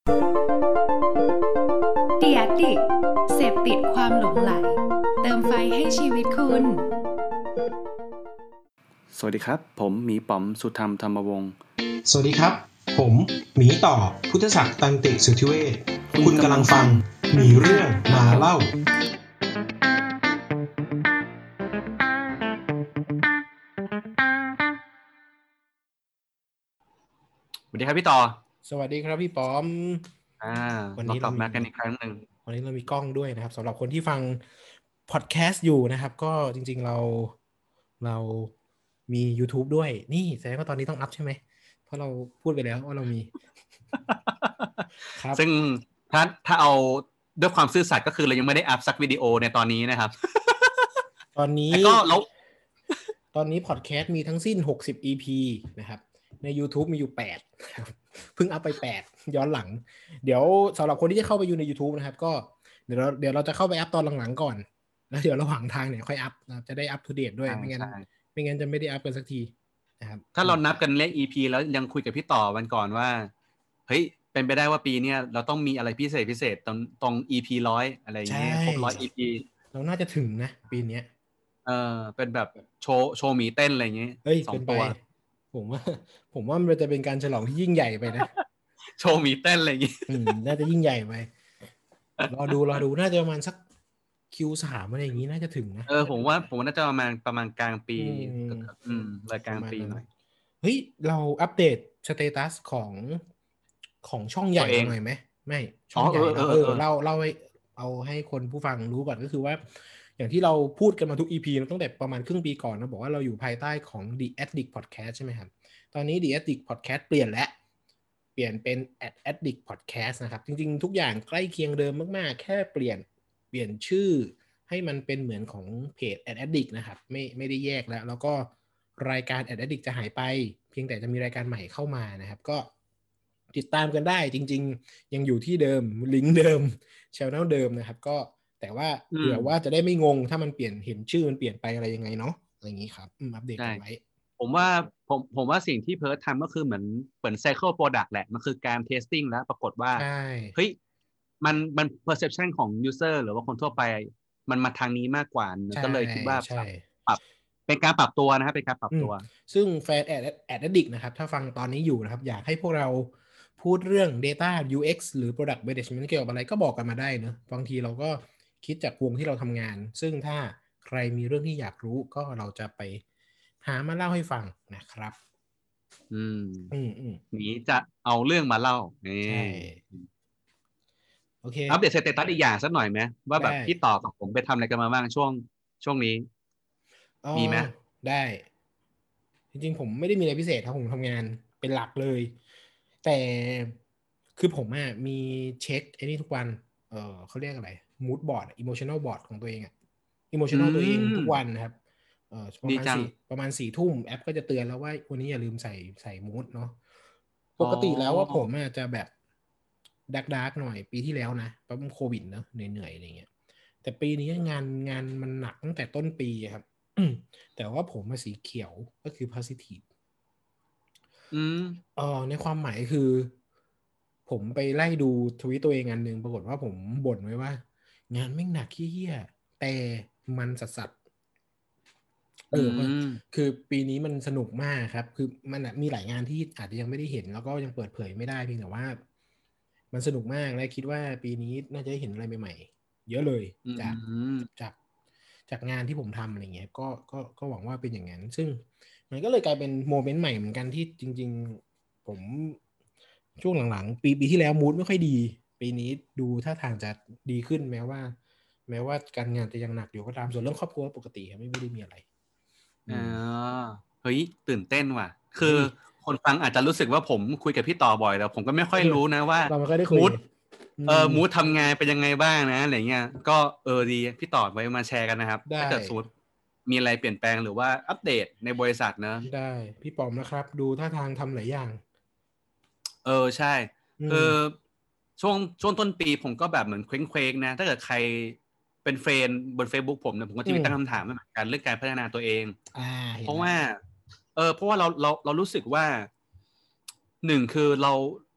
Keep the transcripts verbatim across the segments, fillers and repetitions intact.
The Addict เสพติดความหลงใหลเติมไฟให้ชีวิตคุณสวัสดีครับผมหมีป๋อมสุธรรมธรรมวงศ์สวัสดีครับผมหมีต่อพุทธศักดิ์ตันติสุทธิเวชคุณกำลังฟังมีเรื่องมาเล่าสวัสดีครับพี่ต่อสวัสดีครับพี่ป๋อมอ่าวันนี้เรากลับมากันอีกครั้งหนึ่งวันนี้เรามีกล้องด้วยนะครับสำหรับคนที่ฟังพอดแคสต์อยู่นะครับก็จริงๆเราเรามี YouTube ด้วยนี่แสดงว่าตอนนี้ต้องอัพใช่ไหมเพราะเราพูดไปแล้วว่าเรามีครับซึ่งถ้าถ้าเอาด้วยความซื่อสัตย์ก็คือเรายังไม่ได้อัพสักวิดีโอในตอนนี้นะครับตอนนี้ก็เราตอนนี้พอดแคสต์มีทั้งสิ้นหกสิบ อี พี นะครับใน YouTube มีอยู่แปดเพิ่งอัพไปแปดย้อนหลังเดี๋ยวสำหรับคนที่จะเข้าไปอยู่ใน YouTube นะครับก็เดี๋ยวเราเดี๋ยวเราจะเข้าไปอัพตอนหลังๆก่อนแล้วเดี๋ยวระหว่างทางเนี่ยค่อยอัพนะจะได้อัพทูเดตด้วยไม่งั้นไม่งั้นจะไม่ได้อัพกันสักทีนะครับถ้าเรานับกันเลข อี พี แล้วยังคุยกับพี่ต่อวันก่อนว่าเฮ้ยเป็นไปได้ว่าปีนี้เราต้องมีอะไรพิเศษพิเศษตรงตรง อี พี หนึ่งร้อยอะไรอย่างเงี้ยครบหนึ่งร้อย อี พีเราน่าจะถึงนะปีนี้เออเป็นแบบโชว์โชว์หมีเต้นอะไรอย่างเงี้ยสองตัวผมว่าผมว่ามันจะเป็นการฉลองที่ยิ่งใหญ่ไปนะโชว์หมีเต้นอะไรอย่างงี้อืมน่าจะยิ่งใหญ่ไปรอดูรอดูน่าจะประมาณสัก คิว สาม อะไรอย่างงี้น่าจะถึงนะเออผมว่าผมว่าน่าจะประมาณประมาณกลางปีอืมเลยกลางปีหน่อยเฮ้ยเราอัปเดตสเตตัสของของช่องใหญ่หน่อยไหมไม่ช่องใหญ่เราเออเล่าเล่าให้เอาให้คนผู้ฟังรู้ก่อนก็คือว่าอย่างที่เราพูดกันมาทุก อี พี ตั้งแต่ประมาณครึ่งปีก่อนนะบอกว่าเราอยู่ภายใต้ของ The Addict Podcast ใช่ไหมครับตอนนี้ The Addict Podcast เปลี่ยนแล้วเปลี่ยนเป็น Addict Podcast นะครับจริงๆทุกอย่างใกล้เคียงเดิมมากๆแค่เปลี่ยนเปลี่ยนชื่อให้มันเป็นเหมือนของเพจ Addict นะครับไม่ไม่ได้แยกแล้วแล้วก็รายการ Addict จะหายไปเพียงแต่จะมีรายการใหม่เข้ามานะครับก็ติดตามกันได้จริงๆยังอยู่ที่เดิมลิงก์เดิม channel เดิมนะครับก็แต่ว่าเผื่อว่าจะได้ไม่งงถ้ามันเปลี่ยนเห็นชื่อมันเปลี่ยนไปอะไรยังไงเนาะอะไรอย่างนี้ครับอัปเดตกันไว้ผมว่าผมผมว่าสิ่งที่เพิร์ททำก็คือเหมือนเหมือน cycle product แหละมันคือการ testing แล้วปรากฏว่าเฮ้ยมันมัน perception ของ user หรือว่าคนทั่วไปมันมาทางนี้มากกว่าก็เลยคิดว่าปรับเป็นการปรับตัวนะครับเป็นการปรับตัวซึ่งแฟน Addict นะครับถ้าฟังตอนนี้อยู่นะครับอยากให้พวกเราพูดเรื่อง data ยู เอ็กซ์ หรือ product management เกี่ยวกับอะไรก็บอกกันมาได้เนอะบางทีเราก็คิดจากวงที่เราทำงานซึ่งถ้าใครมีเรื่องที่อยากรู้ก็เราจะไปหามาเล่าให้ฟังนะครับอืมอืมอืมนี้จะเอาเรื่องมาเล่านี่ใช่โอเคอัปเดตสเตตัสอีกอย่างสักหน่อยไหมว่าแบบพี่ต่อกับผมไปทำอะไรกันมาบ้างช่วงช่วงนี้มีไหมได้จริงๆผมไม่ได้มีอะไรพิเศษครับผมทำงานเป็นหลักเลยแต่คือผมอ่ะมีเช็คไอ้นี่ทุกวันเออเขาเรียกอะไร mood board emotional board ของตัวเองอ่ะ emotional ตัวเองทุกวันนะครับเออประมาณสี่ประมาณสี่ทุ่มแอปก็จะเตือนแล้วว่าวันนี้อย่าลืมใส่ใส่ mood เนาะปกติแล้วว่าผมอ่ะจะแบบดักดักหน่อยปีที่แล้วนะเพราะมันโควิดเนอะเหนื่อยๆอะไรเงี้ยแต่ปีนี้งานงานมันหนักตั้งแต่ต้นปีครับแต่ว่าผมมาสีเขียวก็คือ positive อืมเออในความหมายคือผมไปไล่ดูทวิตตัวเองอันหนึ่งปรากฏว่าผมบ่นไว้ว่างานไม่หนักขี้เหี้ยแต่มันสัสสัสเออคือปีนี้มันสนุกมากครับคือมันมีหลายงานที่อาจจะยังไม่ได้เห็นแล้วก็ยังเปิดเผยไม่ได้เพียงแต่ว่ามันสนุกมากและคิดว่าปีนี้น่าจะได้เห็นอะไรใหม่ๆเยอะเลยจากจากจากงานที่ผมทำอะไรเงี้ยก็ก็ก็หวังว่าเป็นอย่างนั้นซึ่งมันก็เลยกลายเป็นโมเมนต์ใหม่เหมือนกันที่จริงๆผมช่วงหลังๆปีปีที่แล้วมูดไม่ค่อยดีปีนี้ดูท่าทางจะดีขึ้นแม้ว่าแม้ว่าการงานจะยังหนักอยู่ก็ตามส่วนเรื่องครอบครัวปกติไม่ไม่ได้มีอะไรอ่าเฮ้ยตื่นเต้นว่ะคือคนฟังอาจจะรู้สึกว่าผมคุยกับพี่ต่อบ่อยแต่ผมก็ไม่ค่อยรู้นะว่ามูดเออมูดทำงานเป็นยังไงบ้างนะอะไรเงี้ยก็เออดีพี่ต่อไว้มาแชร์กันนะครับถ้าเกิดสมมติมีอะไรเปลี่ยนแปลงหรือว่าอัปเดตในบริษัทเนอะได้พี่ป๋อมนะครับดูท่าทางทำหลายอย่างเออใช่คือช่วงช่วงต้นปีผมก็แบบเหมือนเคว้งๆนะถ้าเกิดใครเป็นเฟรนบน Facebook ผมเนี่ยผมก็จะมีตั้งคำถามเหมือนกันเรื่องการพัฒนาตัวเองเพราะว่าเออเพราะว่าเราเราเรารู้สึกว่าหนึ่งคือเรา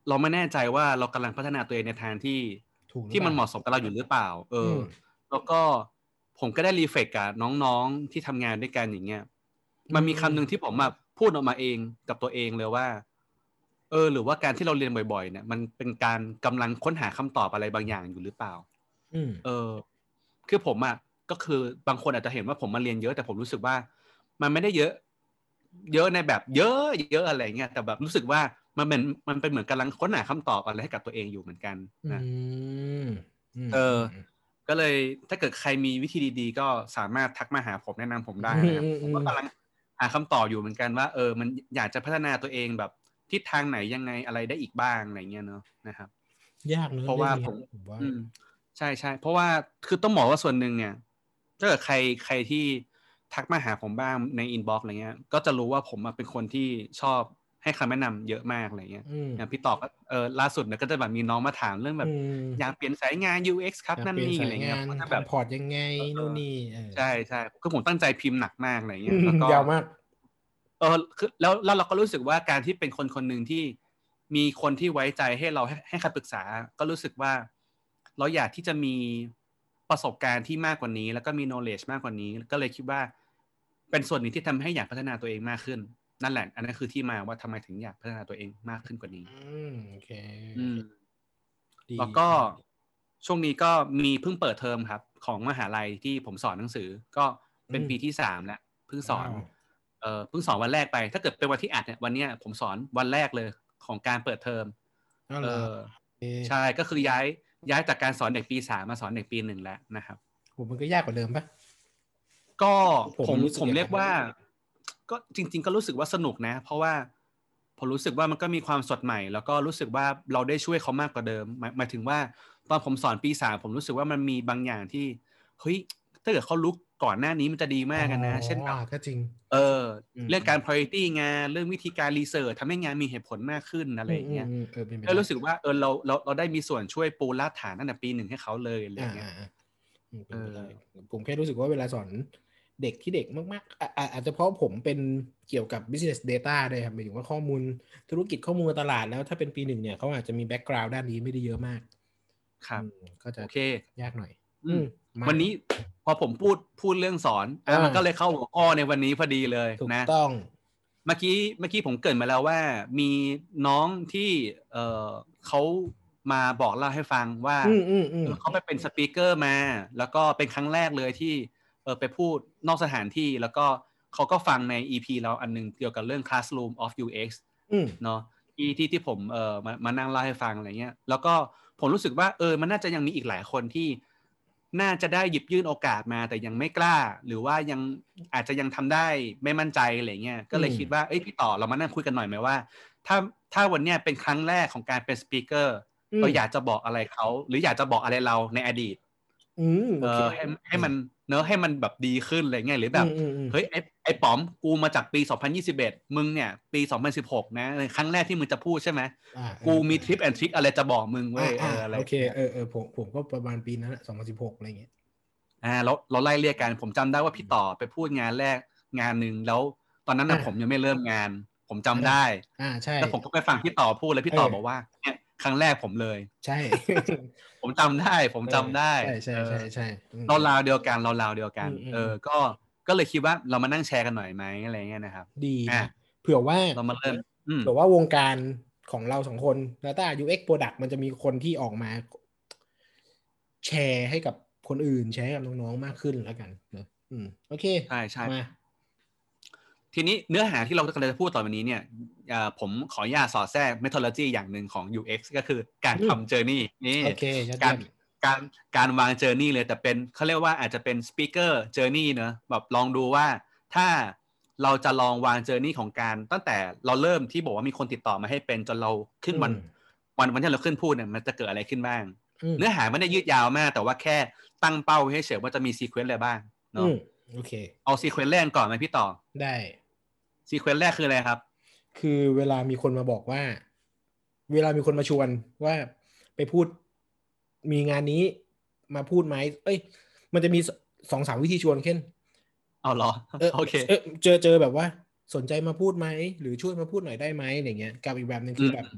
เราไม่แน่ใจว่าเรากำลังพัฒนาตัวเองในทางที่ที่มันเหมาะสมกับเราอยู่หรือเปล่าเออแล้วก็ผมก็ได้รีเฟล็กกับน้องๆที่ทำงานด้วยกันอย่างเงี้ยมันมีคำหนึ่งที่ผมแบบพูดออกมาเองกับตัวเองเลยว่าเออหรือว่าการที่เราเรียนบ่อยๆเนี่ยมันเป็นการกำลังค้นหาคำตอบอะไรบางอย่างอยู่หรือเปล่าเออคือผมอ่ะก็คือบางคนอาจจะเห็นว่าผมมาเรียนเยอะแต่ผมรู้สึกว่ามันไม่ได้เยอะเยอะในแบบเยอะเยอะอะไรเงี้ยแต่แบบรู้สึกว่ามันเป็นมันเป็นเหมือนกำลังค้นหาคำตอบอะไรให้กับตัวเองอยู่เหมือนกันนะเออก็เลยถ้าเกิดใครมีวิธีดีๆก็สามารถทักมาหาผมแนะนำผมได้นะครับผมก็กำลังหาคำตอบอยู่เหมือนกันว่าเออมันอยากจะพัฒนาตัวเองแบบทิศทางไหนยังไงอะไรได้อีกบ้างอะไรเงี้ยเนาะนะครับยากเนอะเพราะว่าผมใช่ใช่เพราะว่าคือต้องบอกว่าส่วนหนึ่งเนี่ยถ้าเกิดใครใครที่ทักมาหาผมบ้างในอินบ็อกซ์อะไรเงี้ยก็จะรู้ว่าผมเป็นคนที่ชอบให้คำแนะนำเยอะมากอะไรเงี้ยอย่างพี่ตอบเออล่าสุดเนี่ยก็จะแบบมีน้องมาถามเรื่องแบบอยากเปลี่ยนสายงาน ยู เอ็กซ์ ครับนั่นนี่อะไรเงี้ยก็จะแบบพอร์ตยังไงนู่นนี่ใช่ใช่คือผมตั้งใจพิมพ์หนักมากอะไรเงี้ยแล้วก็ยาวมากเออคือแล้วแล้วเราก็รู้สึกว่าการที่เป็นคนคนหนึ่งที่มีคนที่ไว้ใจให้เราให้ให้คำปรึกษาก็รู้สึกว่าเราอยากที่จะมีประสบการณ์ที่มากกว่านี้แล้วก็มี knowledge มากกว่านี้ก็เลยคิดว่าเป็นส่วนหนึ่งที่ทำให้อยากพัฒนาตัวเองมากขึ้นนั่นแหละอันนั้นคือที่มาว่าทำไมถึงอยากพัฒนาตัวเองมากขึ้นกว่านี้อืมโอเคอืมแล้วก็ช่วงนี้ก็มีเพิ่งเปิดเทอมครับของมหาลัยที่ผมสอนหนังสือก็เป็นปีที่สามแล้วเพิ่งสอนเอ่อเพิ่งสอนวันแรกไปถ้าเกิดเป็นวันที่อัดเนี่ยวันเนี้ยผมสอนวันแรกเลยของการเปิดเทอมเออใช่ก็คือย้ายย้ายจากการสอนเด็กปีสามมาสอนเด็กปีหนึ่งแล้วนะครับผมมันก็ยากกว่าเดิมปะก็ผมผมเรียกว่าก็จริงๆก็รู้สึกว่าสนุกนะเพราะว่าผมรู้สึกว่ามันก็มีความสดใหม่แล้วก็รู้สึกว่าเราได้ช่วยเขามากกว่าเดิมหมายหมายถึงว่าตอนผมสอนปีสามผมรู้สึกว่ามันมีบางอย่างที่เฮ้ยถ้าเกิดเขารู้ก่อนหน้านี้มันจะดีมากกันนะเช่นแบบก็จริงเออเรื่องการ priority งานเรื่องวิธีการ research ทำให้งานมีเหตุผลมากขึ้นอะไรอย่างเงี้ยก็รู้สึกว่าเออเราเราเราได้มีส่วนช่วยปูรากฐานตั้งแต่ปีหนึ่งให้เขาเลยอะไรอย่างเงี้ยผมแค่รู้สึกว่าเวลาสอนเด็กที่เด็กมากๆอาจจะเพราะผมเป็นเกี่ยวกับ business data ด้วยครับหมายถึงว่าข้อมูลธุรกิจข้อมูลตลาดแล้วถ้าเป็นปีหนึ่งเนี่ยเขาอาจจะมี background ด้านนี้ไม่ได้เยอะมากครับก็จะโอเคยากหน่อยวันนี้พอผมพูดพูดเรื่องสอนอ่ะมันก็เลยเข้าหัวข้อในวันนี้พอดีเลยนะถูกต้องเมื่อกี้เมื่อกี้ผมเกริ่นมาแล้วว่ามีน้องที่เออเขามาบอกเล่าให้ฟังว่าเขาไปเป็นสปีกเกอร์มาแล้วก็เป็นครั้งแรกเลยที่เออไปพูดนอกสถานที่แล้วก็เขาก็ฟังใน อี พี เราอันนึงเกี่ยวกับเรื่อง Classroom of ยู เอ็กซ์ เนาะที่ที่ที่ผมเออมามานั่งเล่าให้ฟังอะไรเงี้ยแล้วก็ผมรู้สึกว่าเออมันน่าจะยังมีอีกหลายคนที่น่าจะได้หยิบยื่นโอกาสมาแต่ยังไม่กล้าหรือว่ายังอาจจะยังทำได้ไม่มั่นใจอะไรเงี้ยก็เลยคิดว่าเอ้ยพี่ต่อเรามานั่งคุยกันหน่อยไหมว่าถ้าถ้าวันเนี้ยเป็นครั้งแรกของการเป็นสปีกเกอร์เราอยากจะบอกอะไรเขาหรืออยากจะบอกอะไรเราในอดีตเออให้ให้มันเนอะให้มันแบบดีขึ้นอะไรเงี้ยหรือแบบเฮ้ยไอ้ไอ้ป๋อมกูมาจากปีสองพันยี่สิบเอ็ดมึงเนี่ยปีสองพันสิบหกนะครั้งแรกที่มึงจะพูดใช่ไหมกูมีทริปแอนด์ทริคอะไรจะบอกมึงเว้ยเอออะไรโอเคเออเออผมผมก็ประมาณปีนั้นสองพันสิบหกอะไรเงี้ยอ่าเราเราไล่เรียกกันผมจำได้ว่าพี่ต่อไปพูดงานแรกงานหนึ่งแล้วตอนนั้นนะผมยังไม่เริ่มงานผมจำได้อ่าใช่แล้วผมก็ไปฟังพี่ต่อพูดแล้วพี่ต่อบอกว่าเนี่ยครั้งแรกผมเลยใช่ผมจำได้ผมจำได้ใช่ใช่ใช่ใช่เราราวเดียวกันเราราวเดียวกันเออก็ก็เลยคิดว่าเรามานั่งแชร์กันหน่อยไหมอะไรเงี้ยนะครับดีเผื่อว่าเรามาเริ่มเผื่อว่าวงการของเราสองคน Data ยู เอ็กซ์ Product มันจะมีคนที่ออกมาแชร์ให้กับคนอื่นแชร์กับน้องๆมากขึ้นแล้วกันเนอะอืมโอเคใช่ใช่มาทีนี้เนื้อหาที่เรากำลังจะพูดต่อไปนี้เนี่ยผมขออนุญาตสอดแทรก methodology อย่างหนึ่งของ ยู เอ็กซ์ ก็คือการทำ journey นี่การการการวาง journey เลยแต่เป็นเขาเรียกว่าอาจจะเป็น speaker journey เนอะแบบลองดูว่าถ้าเราจะลองวาง journey ของการตั้งแต่เราเริ่มที่บอกว่ามีคนติดต่อมาให้เป็นจนเราขึ้นวันวันวันที่เราขึ้นพูดเนี่ยมันจะเกิดอะไรขึ้นบ้างเนื้อหาไม่ได้ยืดยาวมากแต่ว่าแค่ตั้งเป้าให้เฉยว่าจะมี sequence อะไรบ้างเนาะโอเคเอา sequence แรกก่อนไหมพี่ต่อได้ซีเควนซ์แรกคืออะไรครับคือเวลามีคนมาบอกว่าเวลามีคนมาชวนว่าไปพูดมีงานนี้มาพูดไหมเอ้ยมันจะมีสองสามวิธีชวนเช่นเอาเหรอโอเคเออเจอเจอแบบว่าสนใจมาพูดไหมหรือช่วยมาพูดหน่อยได้ไหมอะไรเงี้ยกับอีกแบบนึงคือแบบ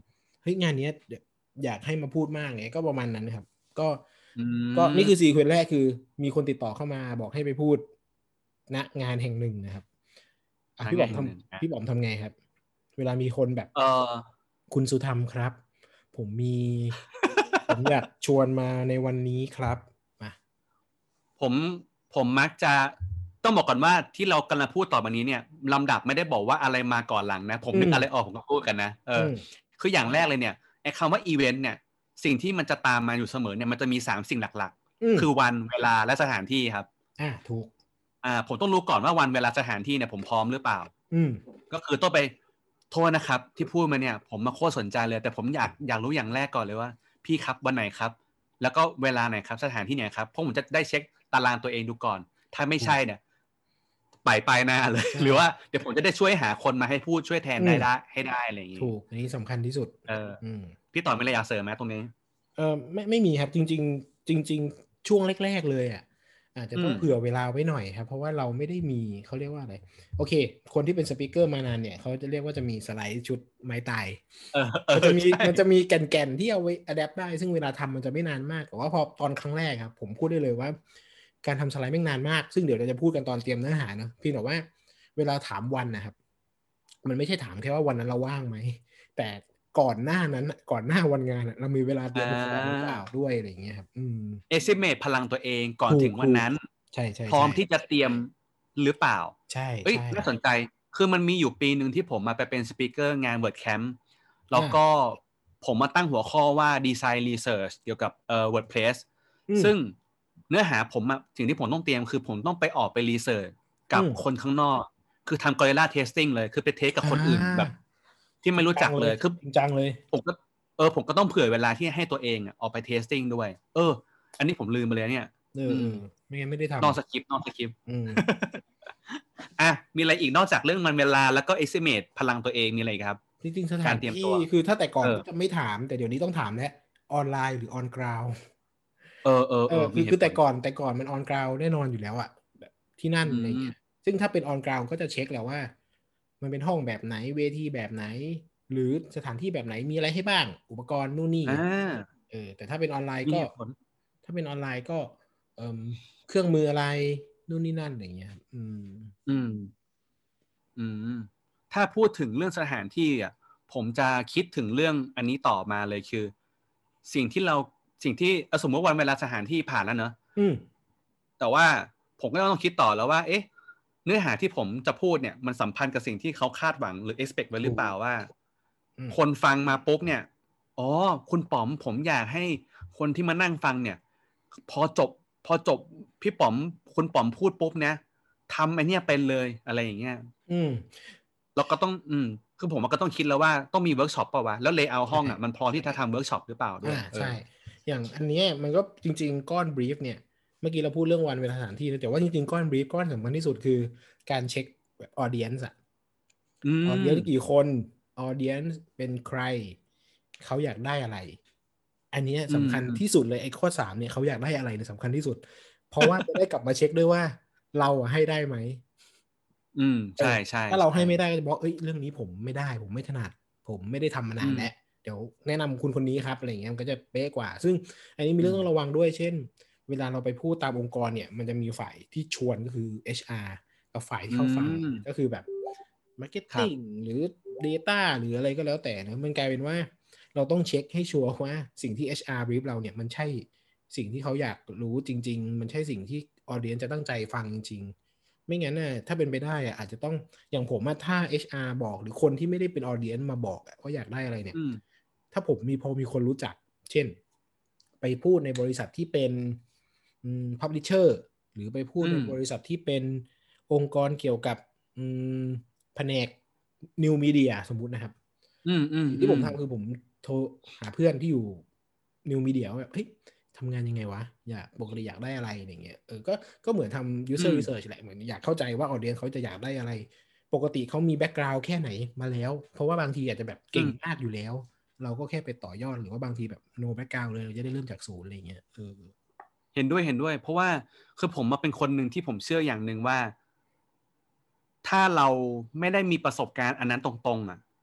ฮ้ยงานนี้อยากให้มาพูดมากไงก็ประมาณนั้นครับก็ก็นี่คือซีเควนต์แรกคือมีคนติดต่อเข้ามาบอกให้ไปพูดณงานแห่งหนึ่งนะครับอ่ะพี่บอมทำพี่บอมทำไงครับเวลามีคนแบบเออคุณสุธรรมครับผมมี ผมอยากชวนมาในวันนี้ครับมาผมผมมักจะต้องบอกก่อนว่าที่เรากำลังพูดต่อมานี้เนี่ยลำดับไม่ได้บอกว่าอะไรมาก่อนหลังนะผมนึกอะไรออกผมก็พูดกันนะเออคืออย่างแรกเลยเนี่ยไอ้คำว่าอีเวนต์เนี่ยสิ่งที่มันจะตามมาอยู่เสมอเนี่ยมันจะมีสามสิ่งหลักๆคือวันเวลาและสถานที่ครับอ่าถูกอ่าผมต้องรู้ก่อนว่าวันเวลาสถานที่เนี่ยผมพร้อมหรือเปล่าอืมก็คือต้องไปโทษนะครับที่พูดมาเนี่ยผมมาโคตรสนใจเลยแต่ผมอยากอยากรู้อย่างแรกก่อนเลยว่าพี่ครับวันไหนครับแล้วก็เวลาไหนครับสถานที่ไหนครับเพราะผมจะได้เช็คตารางตัวเองดูก่อนถ้าไม่ใช่เนี่ยไปไปหน้าเลยหรือว่าเดี๋ยวผมจะได้ช่วยหาคนมาให้พูดช่วยแทนได้ได้ให้ได้อะไรอย่างงี้ถูกอันนี้สำคัญที่สุดเออพี่ต่อไม่เลยอยากเสริมไหมตรงนี้เออไม่ไม่มีครับจริงๆจริงๆช่วงแรกๆเลยอ่ะอาจจะต้องเผื่อเวลาไว้หน่อยครับเพราะว่าเราไม่ได้มีเขาเรียกว่าอะไรโอเคคนที่เป็นสปีกเกอร์มานานเนี่ยเขาจะเรียกว่าจะมีสไลด์ชุดไม้ตายมันจะมีมันจะมีแก่นๆที่เอาไว้อะแดปได้ซึ่งเวลาทำมันจะไม่นานมากแต่ว่าพอตอนครั้งแรกครับผมพูดได้เลยว่าการทำสไลด์ไม่นานมากซึ่งเดี๋ยวเราจะพูดกันตอนเตรียมเนื้อหานะพี่บอกว่าเวลาถามวันนะครับมันไม่ใช่ถามแค่ว่าวันนั้นเราว่างไหมแต่ก่อนหน้านั้นก่อนหน้าวันงานเรามีเวลาเตรียมสไลด์หรือเปล่าด้วยอะไรอย่างเงี้ยครับอืม estimate พลังตัวเองก่อนถึงวันนั้นใช่ใช่พร้อมที่จะเตรียมหรือเปล่าใช่เอ้ยน่าสนใจคือมันมีอยู่ปีหนึ่งที่ผมมาไปเป็นสปีกเกอร์งาน WordCamp แล้วก็ผมมาตั้งหัวข้อว่า Design Research เกี่ยวกับเอ่อ WordPress ซึ่งเนื้อหาผมอะสิ่งที่ผมต้องเตรียมคือผมต้องไปออกไปรีเสิร์ชกับคนข้างนอกคือทำ Guerrilla Testing เลยคือไปเทสกับคนอื่นแบบที่ไม่รู้จักเลยคือจริงจังเลยผมก็เออผมก็ต้องเผื่อเวลาที่ให้ตัวเองออกไป testing ด้วยเอออันนี้ผมลืมไปเลยเนี่ยเออไม่งั้นไม่ได้ทำนอกสคริปต์นอกสคริปต์อ่ะมีอะไรอีกนอกจากเรื่องมันเวลาแล้วก็ estimate พลังตัวเองมีอะไรครับจริงๆสถานที่คือถ้าแต่ก่อนจะไม่ถามแต่เดี๋ยวนี้ต้องถามแล้วออนไลน์หรือ on ground เออเออเออคือคือแต่ก่อนแต่ก่อนมัน on ground แน่นอนอยู่แล้วอะแบบที่นั่นอะไรเงี้ยซึ่งถ้าเป็น on ground ก็จะเช็คแล้วว่ามันเป็นห้องแบบไหนเวทีแบบไหนหรือสถานที่แบบไหนมีอะไรให้บ้างอุปกรณ์นู่นนี่เออแต่ถ้าเป็นออนไลน์ก็ถ้าเป็นออนไลน์ก็เอ่อเครื่องมืออะไรนู่นนี่นั่นอะไรเงี้ยอืมอืมอืมถ้าพูดถึงเรื่องสถานที่อ่ะผมจะคิดถึงเรื่องอันนี้ต่อมาเลยคือสิ่งที่เราสิ่งที่สมมติวันเวลาสถานที่ผ่านแล้วเนอะแต่ว่าผมก็ต้องคิดต่อแล้วว่าเอ๊ะเนื้อหาที่ผมจะพูดเนี่ยมันสัมพันธ์กับสิ่งที่เขาคาดหวังหรือ expect ไว้หรือเปล่าว่าคนฟังมาปุ๊บเนี่ยอ๋อคุณป๋อมผมอยากให้คนที่มานั่งฟังเนี่ยพอจบพอจบพี่ป๋อมคุณป๋อมพูดปุ๊บเนี่ยทำไอ้นี่เป็นเลยอะไรอย่างเงี้ยอืมเราก็ต้องอืมคือผมก็ต้องคิดแล้วว่าต้องมีเวิร์กช็อปป่าวะแล้วเลเยอร์ห้องอ่ะมันพอที่จะทำเวิร์กช็อปหรือเปล่าด้วยใช่อย่างอันนี้มันก็จริงๆก้อนบรีฟเนี่ยเมื่อกี้เราพูดเรื่องวันเวลาสถานที่แต่ว่าจริงๆก้อนบรีฟก้อนสำคัญที่สุดคือการเช็คออเดียนส์อะออเดียนส์กี่คนออเดียนส์เป็นใครเขาอยากได้อะไรอันนี้สำคัญที่สุดเลยไอ้ข้อสามเนี่ยเขาอยากได้อะไรเนี่ยสำคัญที่สุดเพราะว่าจะได้กลับมาเช็คด้วยว่าเราให้ได้ไหมอืมใช่ใช่ถ้าเราให้ไม่ได้ก็จะบอกเอ้ยเรื่องนี้ผมไม่ได้ผมไม่ถนัดผมไม่ได้ทำมานานแล้วเดี๋ยวแนะนำคุณคนนี้ครับอะไรอย่างเงี้ยมันก็จะเป๊ะกว่าซึ่งอันนี้มีเรื่องต้องระวังด้วยเช่นเวลาเราไปพูดตามองค์กรเนี่ยมันจะมีฝ่ายที่ชวนก็คือ เอช อาร์ กับฝ่ายที่เข้าฟังก็คือแบบ marketing หรือ data หรืออะไรก็แล้วแต่นะมันกลายเป็นว่าเราต้องเช็คให้ชัวร์ว่าสิ่งที่ เอช อาร์ brief เราเนี่ยมันใช่สิ่งที่เขาอยากรู้จริงๆมันใช่สิ่งที่ audience จะตั้งใจฟังจริงๆไม่งั้นน่ะถ้าเป็นไปได้อ่ะอาจจะต้องอย่างผมอะถ้า เอช อาร์ บอกหรือคนที่ไม่ได้เป็น audience มาบอกว่าอยากได้อะไรเนี่ยถ้าผมมีพอมีคนรู้จักเช่นไปพูดในบริษัทที่เป็นอืม publisher หรือไปพูดในบริษัทที่เป็นองค์กรเกี่ยวกับอืมแผนก new media สมมุตินะครับที่ผมทำคือผมโทรหาเพื่อนที่อยู่ new media ว่าแบบเฮ้ยทำงานยังไงวะอยากปกติอยากได้อะไรอย่างเงี้ยเออก็ก็เหมือนทำ user research แหละเหมือนอยากเข้าใจว่า audience เขาจะอยากได้อะไรปกติเขามี background แค่ไหนมาแล้วเพราะว่าบางทีอาจจะแบบเก่งมากอยู่แล้วเราก็แค่ไปต่อยอดหรือว่าบางทีแบบ no background เลยเราจะได้เริ่มจากศูนย์อะไรเงี้ยเออเห็นด้วยเห็นด้วยเพราะว่าคือผมมาเป็นคนหนึ่งที่ผมเชื่ออย่างหนึ่งว่าถ้าเราไม่ได้มีประสบการณ์อันนั้นตรงๆอ่ะ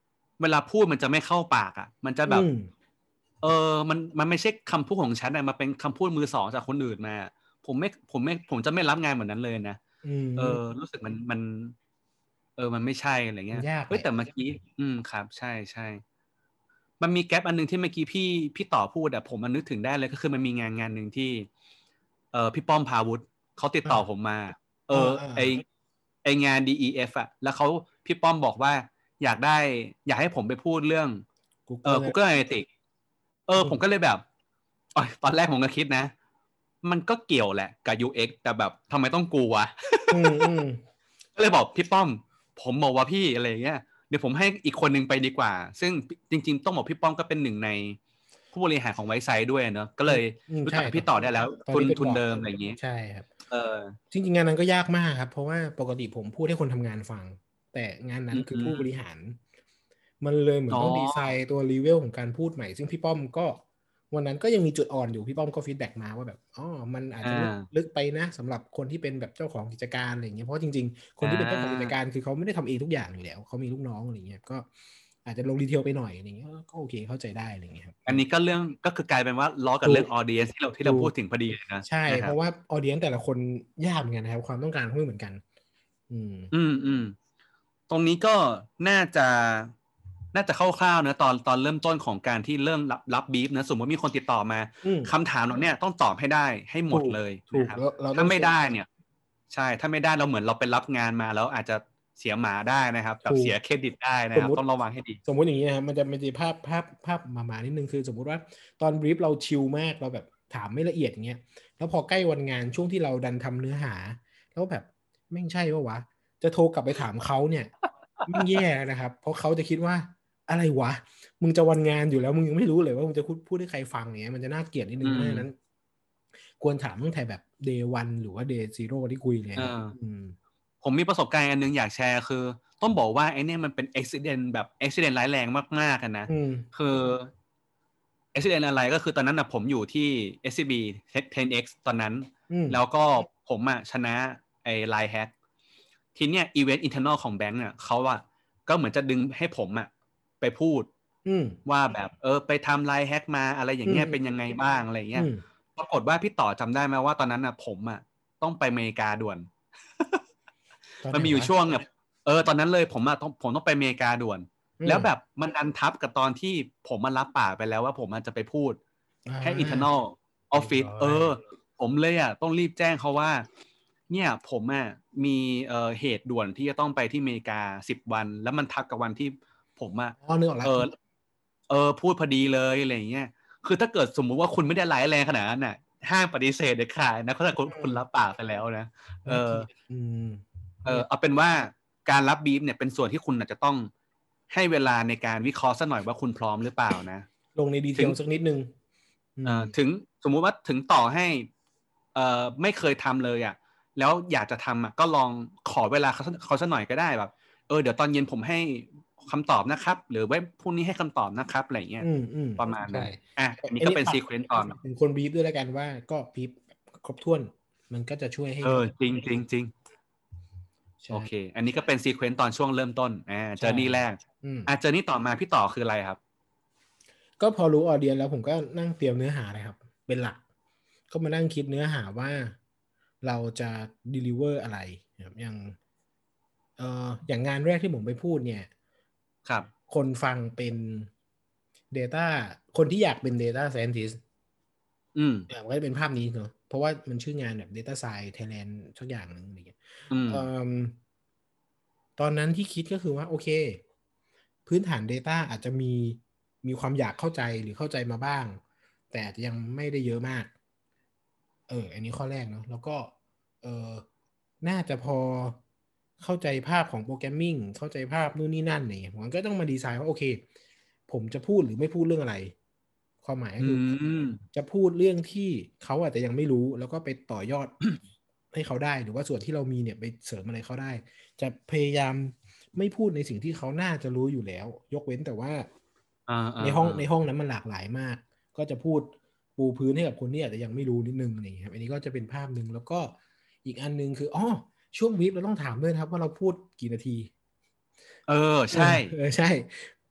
เวลาพูดมันจะไม่เข้าปากอ่ะมันจะแบบเออมันมันไม่ใช่คำพูดของฉันอะมันเป็นคำพูดมือสองจากคนอื่นมาผมไม่ผมไม่ผมจะไม่รับงานเหมือนนั้นเลยนะเออรู้สึกมันมันเออมันไม่ใช่อะไรเงี้ยเฮ้ยแต่เมื่อกี้อืมครับใช่ใช่มันมีแกลบอันนึงที่เมื่อกี้พี่พี่ต่อพูดอะผมมันนึกถึงได้เลยก็คือมันมีงานงานหนึ่งที่เออพี่ป้อมพาวุฒิเขาติดต่อผมมาเออไอไองาน ดี อี เอฟ อะแล้วเขาพี่ป้อมบอกว่าอยากได้อยากให้ผมไปพูดเรื่องเออ Google Analytics เออผมก็เลยแบบตอนแรกผมก็คิดนะมันก็เกี่ยวแหละกับ ยู เอ็กซ์ แต่แบบทำไมต้องกูวะก็เลยบอกพี่ป้อมผมบอกว่าพี่อะไรเงี้ยเดี๋ยวผมให้อีกคนนึงไปดีกว่าซึ่งจริงๆต้องบอกพี่ป้อมก็เป็นหนึ่งในผู้บริหารของไวซ์ไซด์ด้วยเนอะก็เลยรู้จักพี่ต่อได้แล้วทุนทุนเดิมอะไรอย่างงี้ใช่ครับเออจริงๆงานนั้นก็ยากมากครับเพราะว่าปกติผมพูดให้คนทำงานฟังแต่งานนั้นคือผู้บริหารมันเลยเหมือนต้องดีไซน์ตัวรีเวลของการพูดใหม่ซึ่งพี่ป้อมก็วันนั้นก็ยังมีจุดอ่อนอยู่พี่ป้อมก็ฟีดแบ็กมาว่าแบบอ๋อมันอาจจะลึกไปนะสำหรับคนที่เป็นแบบเจ้าของกิจการอะไรอย่างเงี้ยเพราะจริงๆคนที่เป็นเจ้าของกิจการคือเขาไม่ได้ทำเองทุกอย่างอยู่แล้วเขามีลูกน้องอะไรเงี้ยก็อาจจะลงดีเทลไปหน่อยอะไรเงี้ยก็โอเคเข้าใจได้อะไรเงี้ยครับอันนี้ก็เรื่องก็คือกลายเป็นว่าล้อกับเรื่องออเดียนที่เราที่เราพูดถึงพอดีเลยนะใช่เพราะว่าออเดียนแต่ละคนยากเหมือนกันนะครับความต้องการไม่เหมือนกันอืมอืมอืมตรงนี้ก็น่าจะน่าจะคร่าวๆนะตอนตอนเริ่มต้นของการที่เริ่มรับรับบีฟนะสมมติมีคนติดต่อมาคำถามเราเนี่ยต้องตอบให้ได้ให้หมดเลยนะครับถ้าไม่ได้เนี่ยใช่ถ้าไม่ได้เราเหมือนเราไปรับงานมาแล้วอาจจะเสียหมาได้นะครับแบบเสียเครดิตได้นะครับต้องระวังให้ดีสมมติอย่างนี้นะครับมันจะมันจะภาพภาพภาพมามานิดนึงคือสมมุติว่าตอนบรีฟเราชิลมากเราแบบถามไม่ละเอียดอย่างเงี้ยแล้วพอใกล้วันงานช่วงที่เราดันทำเนื้อหาแล้วแบบไม่ใช่ป่ะวะจะโทรกลับไปถามเขาเนี่ยไม่แย่นะครับเพราะเขาจะคิดว่าอะไรวะมึงจะวันงานอยู่แล้วมึงยังไม่รู้เลยว่ามึงจะพูดพูดให้ใครฟังเนี้ยมันจะน่าเกลียดนิดนึงเพราะฉะนั้นควรถามตั้งแต่แบบ day วันหรือว่า day zero ที่คุยเลยผมมีประสบการณ์อันนึงอยากแชร์คือต้องบอกว่าไอ้นี่มันเป็นอุบิเหตุแบบอุบิเหตุร้ายแรงมากๆกันนะคืออุบิเหตุอะไรก็คือตอนนั้นนะผมอยู่ที่ เอส ซี บี เท็น เอ็กซ์ ตอนนั้นแล้วก็ผมอ่ะชนะไอ้ไลน์แฮกทีเนี้ยอีเวนต์อินเทอร์นอลของแบงก์อ่ะเขาอ่ะก็เหมือนจะดึงให้ผมอ่ะไปพูดว่าแบบเออไปทำไลน์แฮกมาอะไรอย่างเงี้ยเป็นยังไงบ้างอะไรเงี้ยปรากฏว่าพี่ต่อจำได้ไหมว่าตอนนั้นอ่ะผมอ่ะต้องไปอเมริกาด่วนมันมีอยู่ช่วงเนี่ยเออตอนนั้นเลยผมอะต้องผมต้องไปอเมริกาด่วนแล้วแบบมันอันทับกับตอนที่ผมมารับปากไปแล้วว่าผมจะไปพูดให้ internal office เออผมเลยอ่ะต้องรีบแจ้งเขาว่าเนี่ยผมอ่ะมีเอ่อเหตุด่วนที่จะต้องไปที่อเมริกาสิบวันแล้วมันทับกับวันที่ผมอ่ะเออเออพูดพอดีเลยอะไรอย่างเงี้ยคือถ้าเกิดสมมุติว่าคุณไม่ได้ร้ายแรงขนาดนั้นน่ะห้ามปฏิเสธเด็ดขาดนะเพราะถ้าคุณรับปากไปแล้วนะเออเออเอาเป็นว่าการรับบีฟเนี่ยเป็นส่วนที่คุณอาจจะต้องให้เวลาในการวิเคราะห์สักหน่อยว่าคุณพร้อมหรือเปล่านะลงในดีเทลสักนิดนึงเอ่อถึงสมมุติว่าถึงต่อให้เอ่อไม่เคยทำเลยอ่ะแล้วอยากจะทำอ่ะก็ลองขอเวลาเขาเขาสักหน่อยก็ได้แบบเออเดี๋ยวตอนเย็นผมให้คำตอบนะครับหรือไว้พรุ่งนี้ให้คำตอบนะครับอะไรเงี้ยประมาณนั้นอ่ะอันนี้ก็เป็นซีเควนต์ตอนถึงคนบีฟด้วยแล้วกันว่าก็บีฟครบถ้วนมันก็จะช่วยให้เออจริงจริงจริงโอเคอันนี้ก็เป็นซีเควนต์ตอนช่วงเริ่มต้นอ่าเจอร์นี่แรกอ่าเจอร์นี่ต่อมาพี่ต่อคืออะไรครับก็พอรู้ออเดียนแล้วผมก็นั่งเตรียมเนื้อหาเลยครับเป็นหลักก็มานั่งคิดเนื้อหาว่าเราจะ deliver อะไรครับอย่างเอ่ออย่างงานแรกที่ผมไปพูดเนี่ยครับคนฟังเป็น data คนที่อยากเป็น data scientist อืมมันก็จะเป็นภาพนี้เนอะเพราะว่ามันชื่องานแบบ data science Thailand สักอย่างหนึ่งอะไรเงี้ยตอนนั้นที่คิดก็คือว่าโอเคพื้นฐาน data อาจจะมีมีความอยากเข้าใจหรือเข้าใจมาบ้างแต่อาจจะยังไม่ได้เยอะมากเอออันนี้ข้อแรกเนาะแล้วก็เออน่าจะพอเข้าใจภาพของโปรแกรมมิ่งเข้าใจภาพนู่นนี่นั่นเนี่ยมันก็ต้องมาดีไซน์ว่าโอเคผมจะพูดหรือไม่พูดเรื่องอะไรความหมายก็คือจะพูดเรื่องที่เขาอาจจะยังไม่รู้แล้วก็ไปต่อยอด ให้เขาได้หรือว่าส่วนที่เรามีเนี่ยไปเสริมอะไรเขาได้จะพยายามไม่พูดในสิ่งที่เขาน่าจะรู้อยู่แล้วยกเว้นแต่ว่าในห้องในห้องนั้นมันหลากหลายมากก็จะพูดปูพื้นให้กับคนที่อาจจะยังไม่รู้นิดนึงนี่ครับอันนี้ก็จะเป็นภาพหนึ่งแล้วก็อีกอันนึงคืออ๋อช่วงวีคเราต้องถามด้วยครับว่าเราพูดกี่นาทีเออใช่เออใช่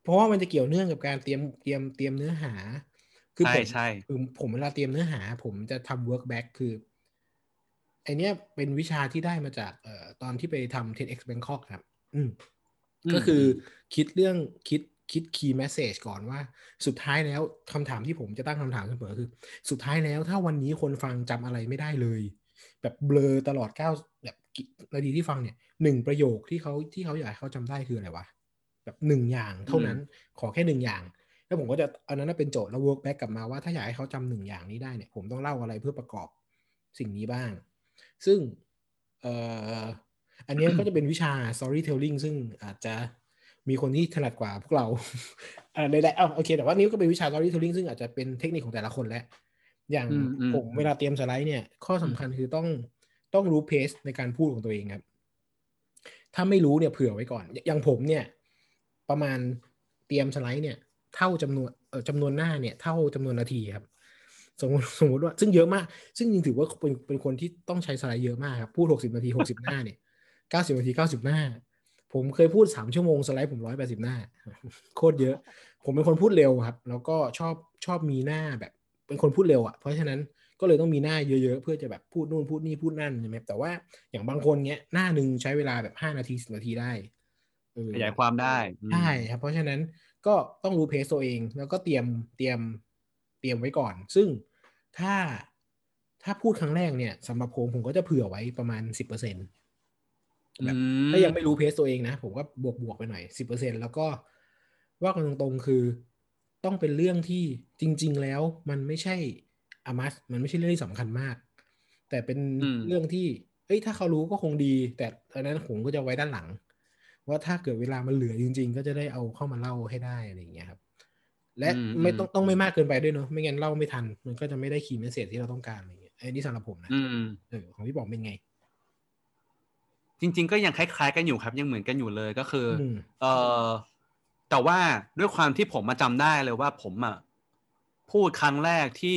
เพราะว่ามันจะเกี่ยวเนื่องกับการเตรียมเตรียมเตรียมเนื้อหาคือผมใช่คือผมเวลาเตรียมเนื้อหาผมจะทำ work back คือไอเนี้ยเป็นวิชาที่ได้มาจากเอ่อตอนที่ไปทำ TEDx Bangkok ครับอืมก็คือคิดเรื่องคิดคิด key message ก่อนว่าสุดท้ายแล้วคำถามที่ผมจะตั้งคำถามเสมอคือสุดท้ายแล้วถ้าวันนี้คนฟังจำอะไรไม่ได้เลยแบบเบลอตลอดเก้าแบบนาทีที่ฟังเนี่ยหนึ่งประโยคที่เขาที่เขาอยากให้เขาจำได้คืออะไรวะแบบหนึ่งอย่างเท่านั้นขอแค่หนึ่งอย่างแล้วผมก็จะอันนั้นเป็นโจทย์แล้ว work back กลับมาว่าถ้าอยากให้เขาจำหนึ่งอย่างนี้ได้เนี่ยผมต้องเล่าอะไรเพื่อประกอบสิ่งนี้บ้างซึ่งเอ่ออันนี้ก็จะเป็นวิชา storytelling ซึ่งอาจจะมีคนที่ถนัดกว่าพวกเราอ่าได้ๆเอาโอเคแต่ว่านี้ก็เป็นวิชา storytelling ซึ่งอาจจะเป็นเทคนิคของแต่ละคนแหละอย่างผมเวลาเตรียมสไลด์เนี่ยข้อสำคัญคือต้องต้องรู้เพสในการพูดของตัวเองครับถ้าไม่รู้เนี่ยเผื่อไว้ก่อนอย่างผมเนี่ยประมาณเตรียมสไลด์เนี่ยเท่าจำนวนเออจำนวนหน้าเนี่ยเท่าจำนวนนาทีครับสมมติสมมติว่าซึ่งเยอะมากซึ่งจริงถือว่าเป็นเป็นคนที่ต้องใช้สไลด์เยอะมากครับพูดหกสิบนาทีหกสิบหน้าเนี่ยเก้าสิบนาทีเก้าสิบหน้าผมเคยพูดสามชั่วโมงสไลด์ผมร้อยแปดสิบหน้าโคตรเยอะผมเป็นคนพูดเร็วครับแล้วก็ชอบชอบมีหน้าแบบเป็นคนพูดเร็วอ่ะเพราะฉะนั้นก็เลยต้องมีหน้าเยอะๆเพื่อจะแบบพูดนู่นพูดนี่พูดนั่นใช่ไหมแต่ว่าอย่างบางคนเนี้ยหน้าหนึ่งใช้เวลาแบบห้านาทีสิบนาทีได้ขยายความได้ใช่ครับเพราะฉะนั้นก็ต้องรู้เพสตัวเองแล้วก็เตรียมเตรียมเตรียมไว้ก่อนซึ่งถ้าถ้าพูดครั้งแรกเนี่ยสำหรับผมผมก็จะเผื่อไว้ประมาณสิบเปอร์เซ็นต์แบบถ้ายังไม่รู้เพสตัวเองนะผมก็บวกบวกไปหน่อยสิบเปอร์เซ็นต์แล้วก็ว่ากันตรงๆคือต้องเป็นเรื่องที่จริงๆแล้วมันไม่ใช่อามัสมันไม่ใช่เรื่องที่สำคัญมากแต่เป็นเรื่องที่เอ้ยถ้าเขารู้ก็คงดีแต่อันนั้นผมก็จะไว้ด้านหลังว่าถ้าเกิดเวลามันเหลือจริงๆก็จะได้เอาเข้ามาเล่าให้ได้อะไรอย่างเงี้ยครับและไม่ต้องต้องไม่มากเกินไปด้วยเนาะไม่งั้นเล่าไม่ทันมันก็จะไม่ได้คีย์เมสเสจที่เราต้องการอะไรอย่างเงี้ยไอ้นี่สำหรับผมนะเออของพี่บอกเป็นไงจริงๆก็ยังคล้ายๆกันอยู่ครับยังเหมือนกันอยู่เลยก็คือเออแต่ว่าด้วยความที่ผมมาจำได้เลยว่าผมอ่ะพูดครั้งแรกที่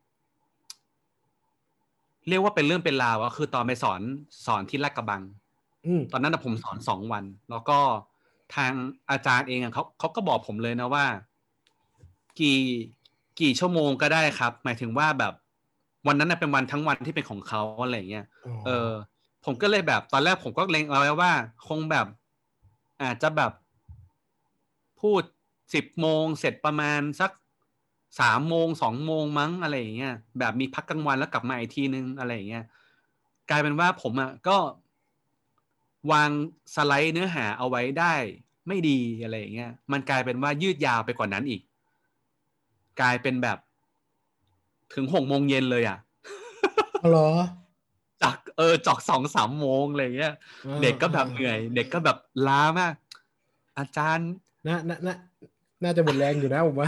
เรียกว่าเป็นเรื่องเป็นราวก็คือตอนไปสอนสอนที่ลาดกระบังตอนนั้นผมสอนสองวันแล้วก็ทางอาจารย์เองเขาเขาก็บอกผมเลยนะว่ากี่กี่ชั่วโมงก็ได้ครับหมายถึงว่าแบบวันนั้นเป็นวันทั้งวันที่เป็นของเขาอะไรเงี้ยเออผมก็เลยแบบตอนแรกผมก็เล็งเอาไว้ว่าคงแบบอาจจะแบบพูดสิบโมงเสร็จประมาณสักสามโมงสองโมงมั้งอะไรอย่างเงี้ยแบบมีพักกลางวันแล้วกลับมาอีกทีนึงอะไรอย่างเงี้ยกลายเป็นว่าผมอ่ะก็วางสไลด์เนื้อหาเอาไว้ได้ไม่ดีอะไรอย่างเงี้ยมันกลายเป็นว่ายืดยาวไปกว่านั้นอีกกลายเป็นแบบถึงหกโมงเย็นเลยอ่ะอ๋อเหรอจากเออจอกสองสามโมงอะไรเงี้ยเด็กก็แบบเหนื่อยเด็กก็แบบล้ามากอาจารย์น่าน่าน่าน่าจะหมดแรงอยู่นะผมว่า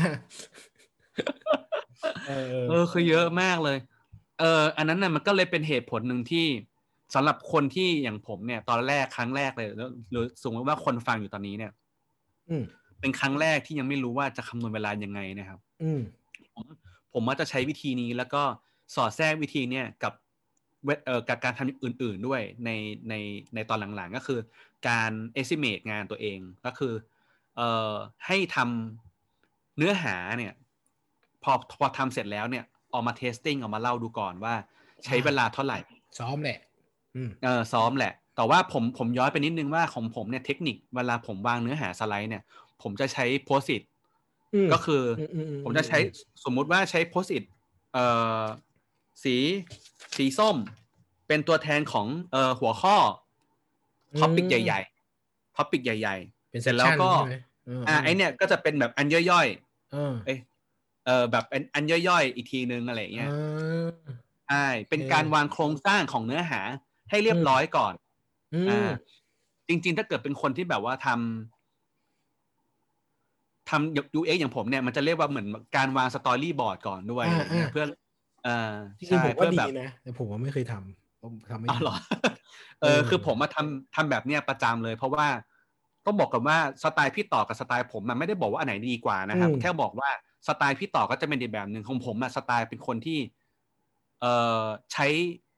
เออเออคือเยอะมากเลยเอออันนั้นน่ะมันก็เลยเป็นเหตุผลหนึ่งที่สำหรับคนที่อย่างผมเนี่ยตอนแรกครั้งแรกเลยแล้วหรือสมมติว่าคนฟังอยู่ตอนนี้เนี่ยเป็นครั้งแรกที่ยังไม่รู้ว่าจะคำนวณเวลายังไงนะครับผมผมว่าจะใช้วิธีนี้แล้วก็สอดแทรกวิธีเนี่ยกับเอ่อกับการทำอื่นๆด้วยในในในตอนหลังๆก็คือการ estimate งานตัวเองก็คือเอ่อให้ทำเนื้อหาเนี่ยพอพอทำเสร็จแล้วเนี่ยออกมา testing ออกมาเล่าดูก่อนว่าใช้เวลาเท่าไหร่ซ้อมแหละเออซ้อมแหละแต่ว่าผมผมย้อนไปนิดนึงว่าของผมเนี่ยเทคนิคเวลาผมวางเนื้อหาสไลด์เนี่ยผมจะใช้โพสต์อิทก็คือผมจะใช้สมมุติว่าใช้โพสต์อิทเอ่อสีสีส้มเป็นตัวแทนของเอ่อหัวข้อท็อปิกใหญ่ๆท็อปิกใหญ่ๆเสร็จแล้วก็อ่าไอเนี่ยก็จะเป็นแบบอันย่อยๆเอ้เออแบบเป็นอันย่อยๆอีกทีนึงอะไรเงี้ยใช่เป็นการวางโครงสร้างของเนื้อหาให้เรียบร้อยก่อนอ่าจริงๆถ้าเกิดเป็นคนที่แบบว่าทำทำ ยู เอ็กซ์ อย่างผมเนี่ยมันจะเรียกว่าเหมือนการวางสตอรี่บอร์ดก่อนด้วยอะไรเงี้ยเพื่อเออจริงๆผมว่าดีนะแต่ผมว่าไม่เคยทำผมทำไม่ได้หรอเออคือผมมาทำทำแบบเนี้ยประจำเลยเพราะว่าต้องบอกกันว่าสไตล์พี่ต่อกับสไตล์ผมมันไม่ได้บอกว่าอันไหนดีกว่านะครับแค่บอกว่าสไตล์พี่ต่อก็จะเป็นอีกแบบหนึ่งของผมอะสไตล์เป็นคนที่เอ่อใช้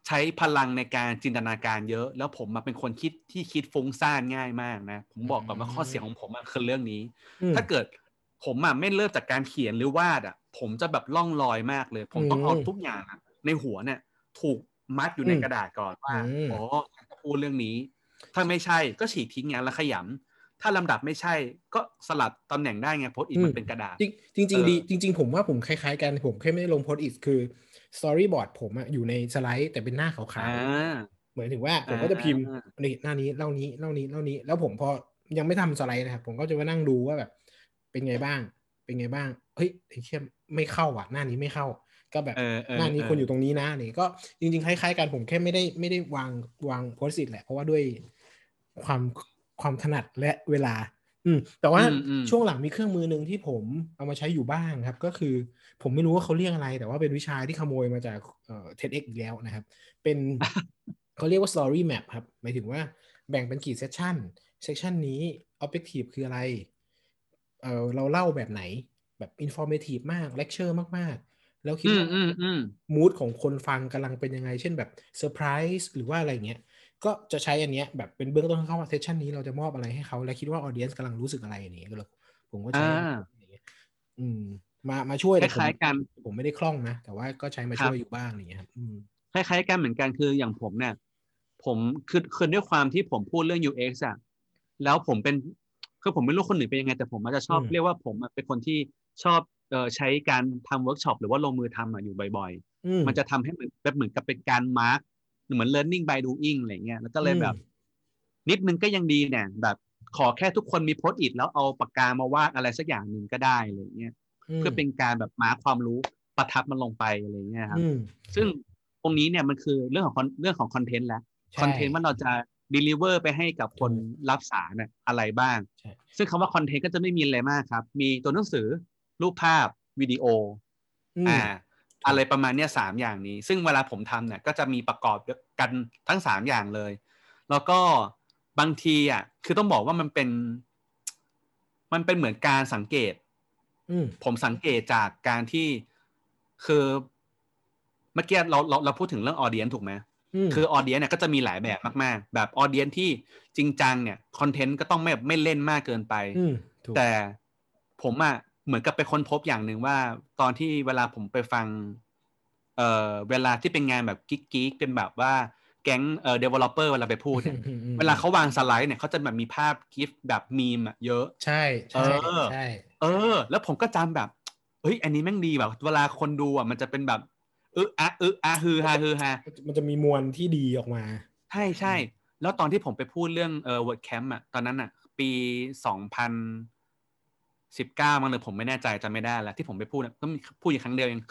ใช้พลังในการจินตนาการเยอะแล้วผมมาเป็นคนคิดที่คิดฟุ้งซ่านง่ายมากนะผมบอกก่อนว่าข้อเสียของผมคือเรื่องนี้ถ้าเกิดผมอ่ะไม่เริ่มจากการเขียนหรือวาดอ่ะผมจะแบบล่องลอยมากเลยผมต้องเอาทุกอย่างในหัวเนี่ยถูกมัดอยู่ในกระดาษก่อนว่าอ๋อจะพูดเรื่องนี้ถ้าไม่ใช่ก็ฉีกทิ้งงานแล้วขยำถ้าลำดับไม่ใช่ก็สลับตำแหน่งได้ไงโพสต์อิทมันเป็นกระดาษจริงจริงดีจริงๆผมว่าผมคล้ายๆกันผมแค่ไม่ได้ลงโพสต์อิทคือสตอรี่บอร์ดผมอะอยู่ในสไลด์แต่เป็นหน้าขาวๆเหมือนถึงว่าผมก็จะพิมพ์นี่หน้านี้เล่านี้เล่านี้เล่านี้แล้วผมพอยังไม่ทำสไลด์นะครับผมก็จะมานั่งดูว่าแบบเป็นไงบ้างเป็นไงบ้างเฮ้ยไอ้เชี่ยไม่เข้าอ่ะหน้านี้ไม่เข้าก็แบบหน้านี้คนอยู่ตรงนี้นะนี่ก็จริงๆคล้ายๆกันผมแค่ไม่ได้ไม่ได้วางวางโพสต์อิทแหละเพราะว่าด้วยความความถนัดและเวลาอืมแต่ว่าช่วงหลังมีเครื่องมือหนึ่งที่ผมเอามาใช้อยู่บ้างครับก็คือผมไม่รู้ว่าเขาเรียกอะไรแต่ว่าเป็นวิชาที่ขโมยมาจากเอ่อ เท็ด เอ็กซ์ อีกแล้วนะครับเป็น เขาเรียกว่า story map ครับหมายถึงว่าแบ่งเป็นกี่เซสชันเซสชันนี้ objective คืออะไรเออเราเล่าแบบไหนแบบ informative มาก lecture มากๆแล้วคิดว่า mood ของคนฟังกำลังเป็นยังไงเช่นแบบ surprise หรือว่าอะไรเงี้ยก็จะใช้อันเนี้ยแบบเป็นเบื้องต้นเข้าว่าเซสชันนี้เราจะมอบอะไรให้เขาและคิดว่าออเดียนซ์กำลังรู้สึกอะไรอย่างเงี้ยก็เลยผมก็ใช้อย่างเงี้ยอืมมามาช่วยคล้ายๆกันผมไม่ได้คล่องนะแต่ว่าก็ใช้มาช่วยอยู่บ้างอย่างเงี้ยครับคล้ายๆกันเหมือนกันคืออย่างผมเนี่ยผมคือคือด้วยความที่ผมพูดเรื่อง ยู เอ็กซ์ อ่ะแล้วผมเป็นคือผมไม่รู้คนอื่นเป็นยังไงแต่ผมอาจจะชอบเรียกว่าผมเป็นคนที่ชอบเอ่อใช้การทำเวิร์กช็อปหรือว่าลงมือทำอยู่บ่อยๆมันจะทำให้เหมือนแบบเหมือนกับเป็นการมาร์กเหมือน learning by doing อะไรเงี้ยแล้วก็เลยแบบนิดนึงก็ยังดีเนี่ยแบบขอแค่ทุกคนมีโพสต์อิทแล้วเอาปากกามาวาดอะไรสักอย่างหนึ่งก็ได้อะไรเงี้ยเพื่อเป็นการแบบมาร์คความรู้ประทับมันลงไปอะไรเงี้ยครับซึ่งตรงนี้เนี่ยมันคือเรื่องของเรื่องของคอนเทนต์แล้วคอนเทนต์ว่าเราจะ deliver ไปให้กับคนรับสารน่ะอะไรบ้างซึ่งคำว่าคอนเทนต์ก็จะไม่มีอะไรมากครับมีตัวหนังสือรูปภาพวิดีโออ่าอะไรประมาณเนี้ยสามอย่างนี้ซึ่งเวลาผมทำเนี่ยก็จะมีประกอบกันทั้งสามอย่างเลยแล้วก็บางทีอ่ะคือต้องบอกว่ามันเป็นมันเป็นเหมือนการสังเกตผมสังเกตจากการที่คือเมื่อกี้เราเราเราพูดถึงเรื่องออเดียนถูกไหมคือออเดียนเนี่ยก็จะมีหลายแบบมากๆแบบออเดียนที่จริงจังเนี่ยคอนเทนต์ก็ต้องไม่ไม่เล่นมากเกินไปแต่ผมอ่ะเหมือนกับไปค้นพบอย่างหนึ่งว่าตอนที่เวลาผมไปฟังเอ่อเวลาที่เป็นงานแบบกิ๊กๆเป็นแบบว่าแก๊งเอ่อ developer เวลาไปพูดเนี่ยเวลาเขาวางสไลด์เนี่ยเขาจะแบบมีภาพกิฟต์แบบมีมอ่ะเยอะใช่ใช่ใช่เออแล้วผมก็จำแบบเฮ้ยอันนี้แม่งดีแบบเวลาคนดูอ่ะมันจะเป็นแบบเอออะเอออะฮือฮาฮือฮามันจะมีมวลที่ดีออกมาใช่ใช่แล้วตอนที่ผมไปพูดเรื่องเอ่อ WordCamp อ่ะตอนนั้นอ่ะปีสองพันสิบเก้ามั้งเลยผมไม่แน่ใจจำไม่ได้แล้วที่ผมไปพูดก็พูดอีกครั้งเดียวเอง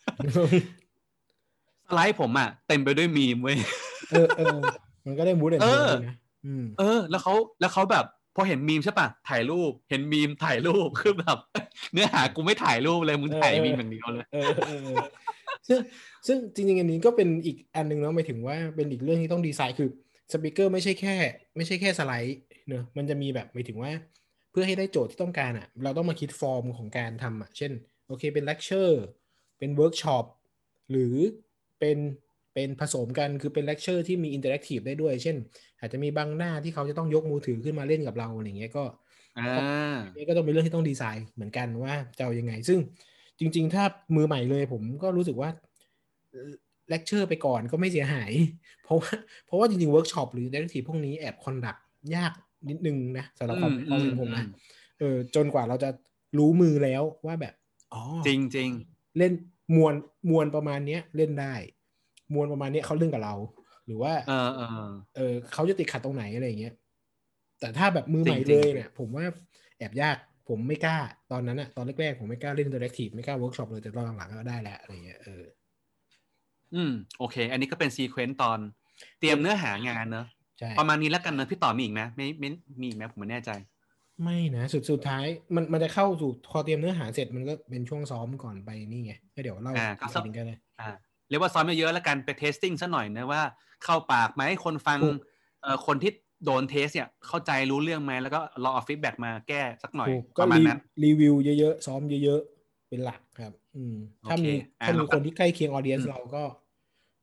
สไลด์ผมอ่ะเต็มไปด้วยมีมเว้ยเออเออมันก็ได้มูดแอนด์โทนนะเออแล้วเขาแล้วเขาแบบพอเห็นมีมใช่ป่ะถ่ายรูปเห็นมีมถ่ายรูปคือแบบเนื้อหากูไม่ถ่ายรูปเลยมึงถ่ายมีมอย่างเดียวเลยซึ่งซึ่งจริงๆอันนี้ก็เป็นอีกอันนึงเนาะหมายถึงว่าเป็นอีกเรื่องที่ต้องดีไซน์คือสปีกเกอร์ไม่ใช่แค่ไม่ใช่แค่สไลด์เนอะมันจะมีแบบหมายถึงว่าเพื่อให้ได้โจทย์ที่ต้องการอ่ะเราต้องมาคิดฟอร์มของการทำอ่ะเช่นโอเคเป็นเลคเชอร์เป็นเวิร์กช็อปหรือเป็นเป็นผสมกันคือเป็นเลคเชอร์ที่มีอินเตอร์แอคทีฟได้ด้วยเช่นอาจจะมีบางหน้าที่เขาจะต้องยกมือถือขึ้นมาเล่นกับเราอะไรเงี้ยก็นี่ก็ต้องเป็นเรื่องที่ต้องดีไซน์เหมือนกันว่าจะเอายังไงซึ่งจริงๆถ้ามือใหม่เลยผมก็รู้สึกว่าเลคเชอร์ไปก่อนก็ไม่เสียหายเพราะว่าเพราะว่าจริงๆเวิร์กช็อปหรืออินเตอร์แอคทีฟพวกนี้แอบคอนดักยากนิดนึงนะสำหรับความความเป็นผมนะเออจนกว่าเราจะรู้มือแล้วว่าแบบอ๋อจริงจริงเล่นมวลมวลประมาณนี้เล่นได้มวลประมาณนี้เขาเล่นกับเราหรือว่าเออเออเออเขาจะติดขัดตรงไหนอะไรอย่างเงี้ยแต่ถ้าแบบมือใหม่เลยเนี่ยผมว่าแอบยากผมไม่กล้าตอนนั้นอะตอนแรกๆผมไม่กล้าเล่นอินเตอร์แอคทีฟไม่กล้าเวิร์กช็อปเลยแต่ตอนหลังๆก็ได้แล้วอะไรเงี้ยเอออืมโอเคอันนี้ก็เป็นซีเควนต์ตอนเตรียมเนื้อหางานเนอะประมาณนี้แล้วกันเนอะพี่ต่อมีอีกไหมไม่ไม่มีอีกไหมผมไม่แน่ใจไม่นะสุดสุดท้ายมันมันจะเข้าสู่พอเตรียมเนื้อหาเสร็จมันก็เป็นช่วงซ้อมก่อนไปนี่ไงก็เดี๋ยวเล่าอีกทีนึงกันเลยอ่าเรียกว่าซ้อมเยอะๆแล้วกันไปเทสติ้งซะหน่อยนะว่าเข้าปากไหมคนฟังเอ่อคนที่โดนเทสเนี่ยเข้าใจรู้เรื่องไหมแล้วก็รอเอาฟีดแบ็กมาแก้สักหน่อยประมาณนั้นรีวิวเยอะๆซ้อมเยอะๆเป็นหลักครับอืมถ้ามีถ้ามีคนที่ใกล้เคียงออเดียนซ์เราก็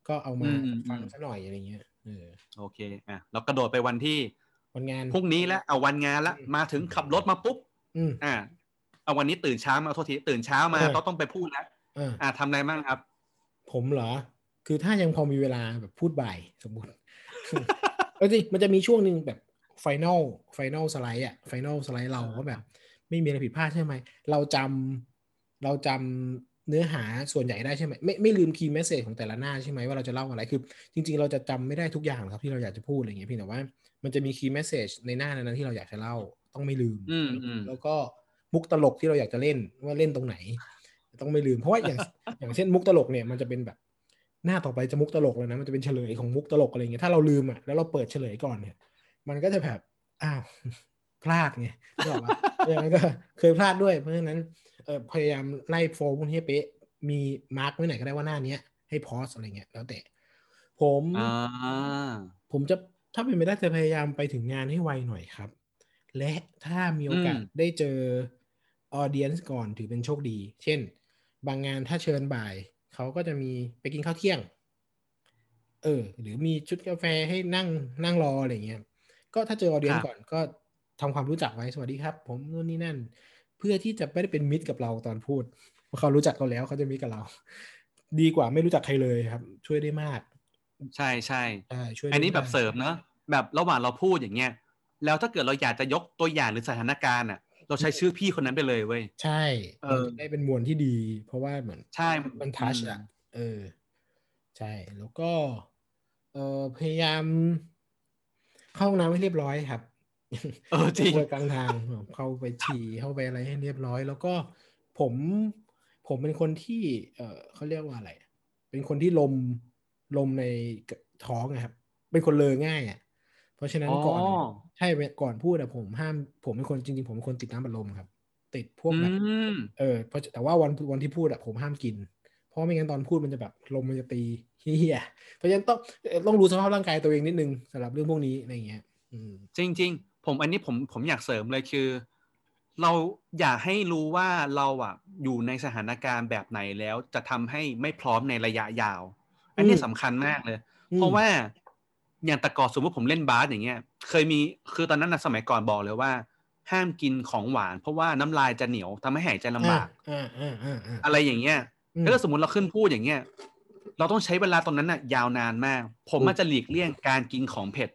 ก็เอามาฟังซะหน่อยอะไรเงี้ยเออโอเคอ่ะเรากระโดดไปวันที่วันงานพรุ่งนี้แล้วเอาวันงานแล้วมาถึงขับรถมาปุ๊บอ่าเอาวันนี้ตื่นเช้ามาโทษทีตื่นเช้ามาก็ต้องไปพูดแล้วอ่าทำอะไรบ้างครับผมเหรอคือถ้ายังพอมีเวลาแบบพูดบ่ายสมมุติเออจริงมันจะมีช่วงนึงแบบไฟนอลไฟนอลสไลด์อ่ะไฟนอลสไลด์เราก็แบบไม่มีอะไรผิดพลาดใช่ไหมเราจำเราจำเนื้อหาส่วนใหญ่ได้ใช่ไหมไม่ไม่ลืมคีย์เมสเสจของแต่ละหน้าใช่ไหมว่าเราจะเล่าอะไรคือจริงๆเราจะจำไม่ได้ทุกอย่างครับที่เราอยากจะพูดอะไรอย่างเงี้ยเพียงแต่ว่ามันจะมีคีย์เมสเสจในหน้านั้นที่เราอยากจะเล่าต้องไม่ลืมแล้วก็มุกตลกที่เราอยากจะเล่นว่าเล่นตรงไหนต้องไม่ลืมเพราะว่าอย่างอย่างเช่นมุกตลกเนี่ยมันจะเป็นแบบหน้าต่อไปจะมุกตลกแล้วนะมันจะเป็นเฉลยของมุกตลกอะไรเงี้ยถ้าเราลืมอ่ะแล้วเราเปิดเฉลยก่อนเนี่ยมันก็จะแบบอ้าวพลาดไงนึกออกปะอย่างนั้นก็เคยพลาดด้วยเพราะฉะนั้นเออพยายามไล่โฟล์พวกนี้เป๊ะมีมาร์กไว้ไหนก็ได้ว่าหน้านี้ให้พอสอะไรเงี้ยแล้วแต่ผมผมจะถ้าเป็นไม่ได้จะพยายามไปถึงงานให้ไวหน่อยครับและถ้ามีโอกาสได้เจอออเดียนส์ก่อนถือเป็นโชคดีเช่นบางงานถ้าเชิญบ่ายเขาก็จะมีไปกินข้าวเที่ยงเออหรือมีชุดกาแฟให้นั่งนั่งรออะไรเงี้ยก็ถ้าเจอออเดียนส์ก่อนก็ทำความรู้จักไว้สวัสดีครับผมนู่นนี่นั่นเพื่อที่จะไม่ได้เป็นมิตรกับเราตอนพูดเพราะเขารู้จักเราแล้วเขาจะมิตรกับเราดีกว่าไม่รู้จักใครเลยครับช่วยได้มากใช่ใช่ใช่ช่วยอันนี้แบบเสริมเนอะแบบระหว่างเราพูดอย่างเงี้ยแล้วถ้าเกิดเราอยากจะยกตัวอย่างหรือสถานการณ์อ่ะเราใช้ชื่อพี่คนนั้นไปเลยเว้ยใช่มันจะได้เป็นมวลที่ดีเพราะว่าเหมือนใช่มันทัชอ่ะเออใช่แล้วก็เออพยายามเข้าห้องน้ำให้เรียบร้อยครับเออจริงกลางทางเข้าไปฉี่เข้าไปอะไรให้เรียบร้อยแล้วก็ผมผมเป็นคนที่เออเขาเรียกว่าอะไรเป็นคนที่ลมลมในท้องนะครับเป็นคนเลอง่ายอ่ะเพราะฉะนั้นก่อนใช่ก่อนพูดอะผมห้ามผมเป็นคนจริงๆผมเป็นคนติดน้ำอัดลมครับติดพวกแบบเออเพราะแต่ว่าวันวันที่พูดอะผมห้ามกินเพราะไม่งั้นตอนพูดมันจะแบบลมมันจะตีเฮียเพราะฉะนั้นต้องต้องรู้สภาพร่างกายตัวเองนิดนึงสำหรับเรื่องพวกนี้อะไรเงี้ยจริงๆผมอันนี้ผมผมอยากเสริมเลยคือเราอยากให้รู้ว่าเราอ่ะอยู่ในสถานการณ์แบบไหนแล้วจะทำให้ไม่พร้อมในระยะยาวอันนี้สำคัญมากเลยเพราะว่าอย่างแต่ก่อนสมมติผมเล่นบาสอย่างเงี้ยเคยมีคือตอนนั้นนะสมัยก่อนบอกเลยว่าห้ามกินของหวานเพราะว่าน้ำลายจะเหนียวทำให้หายใจลำบากอะไรอย่างเงี้ยแล้วสมมติเราขึ้นพูดอย่างเงี้ยเราต้องใช้เวลาตรงนั้นน่ะยาวนานมากผมมันจะหลีกเลี่ยงการกินของเผ็ด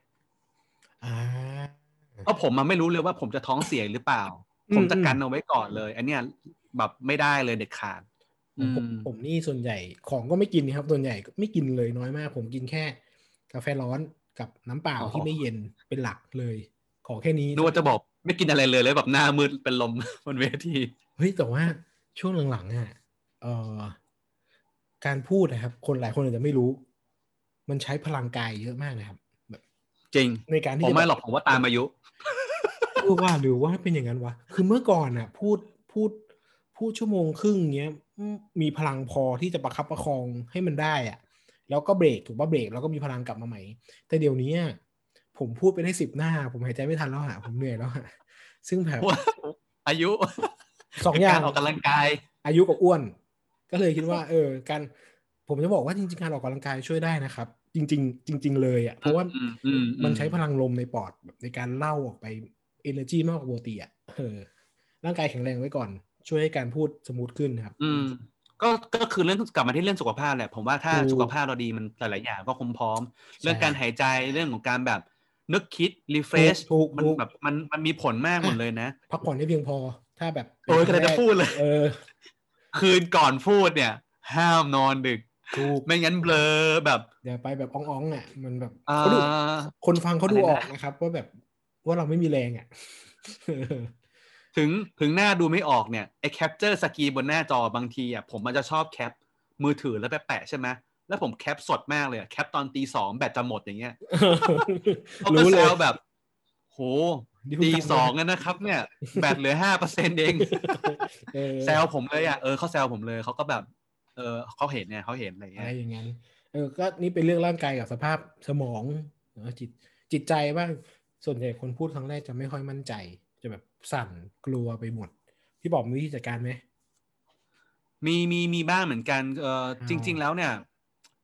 เพราะผมมันไม่รู้เลยว่าผมจะท้องเสียหรือเปล่าผมจะกันเอาไว้ก่อนเลยอันเนี้ยแบบไม่ได้เลยเด็ดขาดผมผมนี่ส่วนใหญ่ของก็ไม่กินครับส่วนใหญ่ไม่กินเลยน้อยมากผมกินแค่กาแฟร้อนกับน้ำเปล่าที่ไม่เย็นเป็นหลักเลยขอแค่นี้นึกว่าจะบอกไม่กินอะไรเลยเลยแบบหน้ามืดเป็นลมบนเวทีเฮ้ยแต่ว่าช่วงหลังๆอ่ะเอ่อการพูดนะครับคนหลายคนอาจจะไม่รู้มันใช้พลังกายเยอะมากนะครับแบบจริงในการที่ผมไม่หรอกผมว่าตามอายุพูดว่าหรือว่าเป็นอย่างนั้นวะคือเมื่อก่อนอ่ะพูดพูดพูดชั่วโมงครึ่งเงี้ยมีพลังพอที่จะประคับประคองให้มันได้อ่ะแล้วก็เบรกถูกป่ะเบรกแล้วก็มีพลังกลับมาใหม่แต่เดี๋ยวนี้ผมพูดไปได้สิบหน้าผมหายใจไม่ทันแล้วฮะผมเหนื่อยแล้วฮะซึ่งแบบอายุสองอย่างออกกำลังกายอายุกับอ้วนก็เลยคิดว่าเออการผมจะบอกว่าจริงๆการออกกำลังกายช่วยได้นะครับจริงๆจริงๆเลยอ่ะเพราะว่ามันใช้พลังลมในปอดในการเล่าออกไป energy มากกว่าปกติอ่ะเออร่างกายแข็งแรงไว้ก่อนช่วยให้การพูดสมูทขึ้นครับอืมก็ก็คือเรื่องกลับมาที่เรื่องสุขภาพแหละผมว่าถ้าสุขภาพเราดีมันหลายๆอย่างก็คงพร้อมเรื่องการหายใจเรื่องของการแบบนึกคิดรีเฟรชมันแบบมันมันมีผลมากหมดเลยนะพักผ่อนให้เพียงพอถ้าแบบโอ้ยก็เลยจะพูดเลยเออคืนก่อนพูดเนี่ยห้ามนอนดึกไม่งั้นเบลอแบบเดี๋ยวไปแบบอ่องๆอ่ะมันแบบเขาดูคนฟังเขาดูออกนะครับว่าแบบว่าเราไม่มีแรงอ่ะถึงถึงหน้าดูไม่ออกเนี่ยไอ้แคปเจอร์สกรีนบนหน้าจอบางทีอ่ะผมมันจะชอบแคปมือถือแล้วไปแปะใช่ไหมแล้วผมแคปสดมากเลยแคปตอนตีสองแบตจะหมดอย่างเงี้ยเขาก็แซวแบบโหตีสองนะครับเนี่ยแบตเหลือห้าเปอร์เซ็นต์เองแซวผมเลยอ่ะเออเขาแซวผมเลยเขาก็แบบเออเขาเห็นเนี่ยเขาเห็นอะไรเงี้ยอะไรอย่างนั้นเออก็นี่เป็นเรื่องร่างกายกับสภาพสมองจิตจิตใจบ้างส่วนใหญ่คนพูดครั้งแรกจะไม่ค่อยมั่นใจจะแบบสั่นกลัวไปหมดพี่บอกมีวิธีจัดการไหมมีมีมีบ้างเหมือนกันเออจริงๆแล้วเนี่ย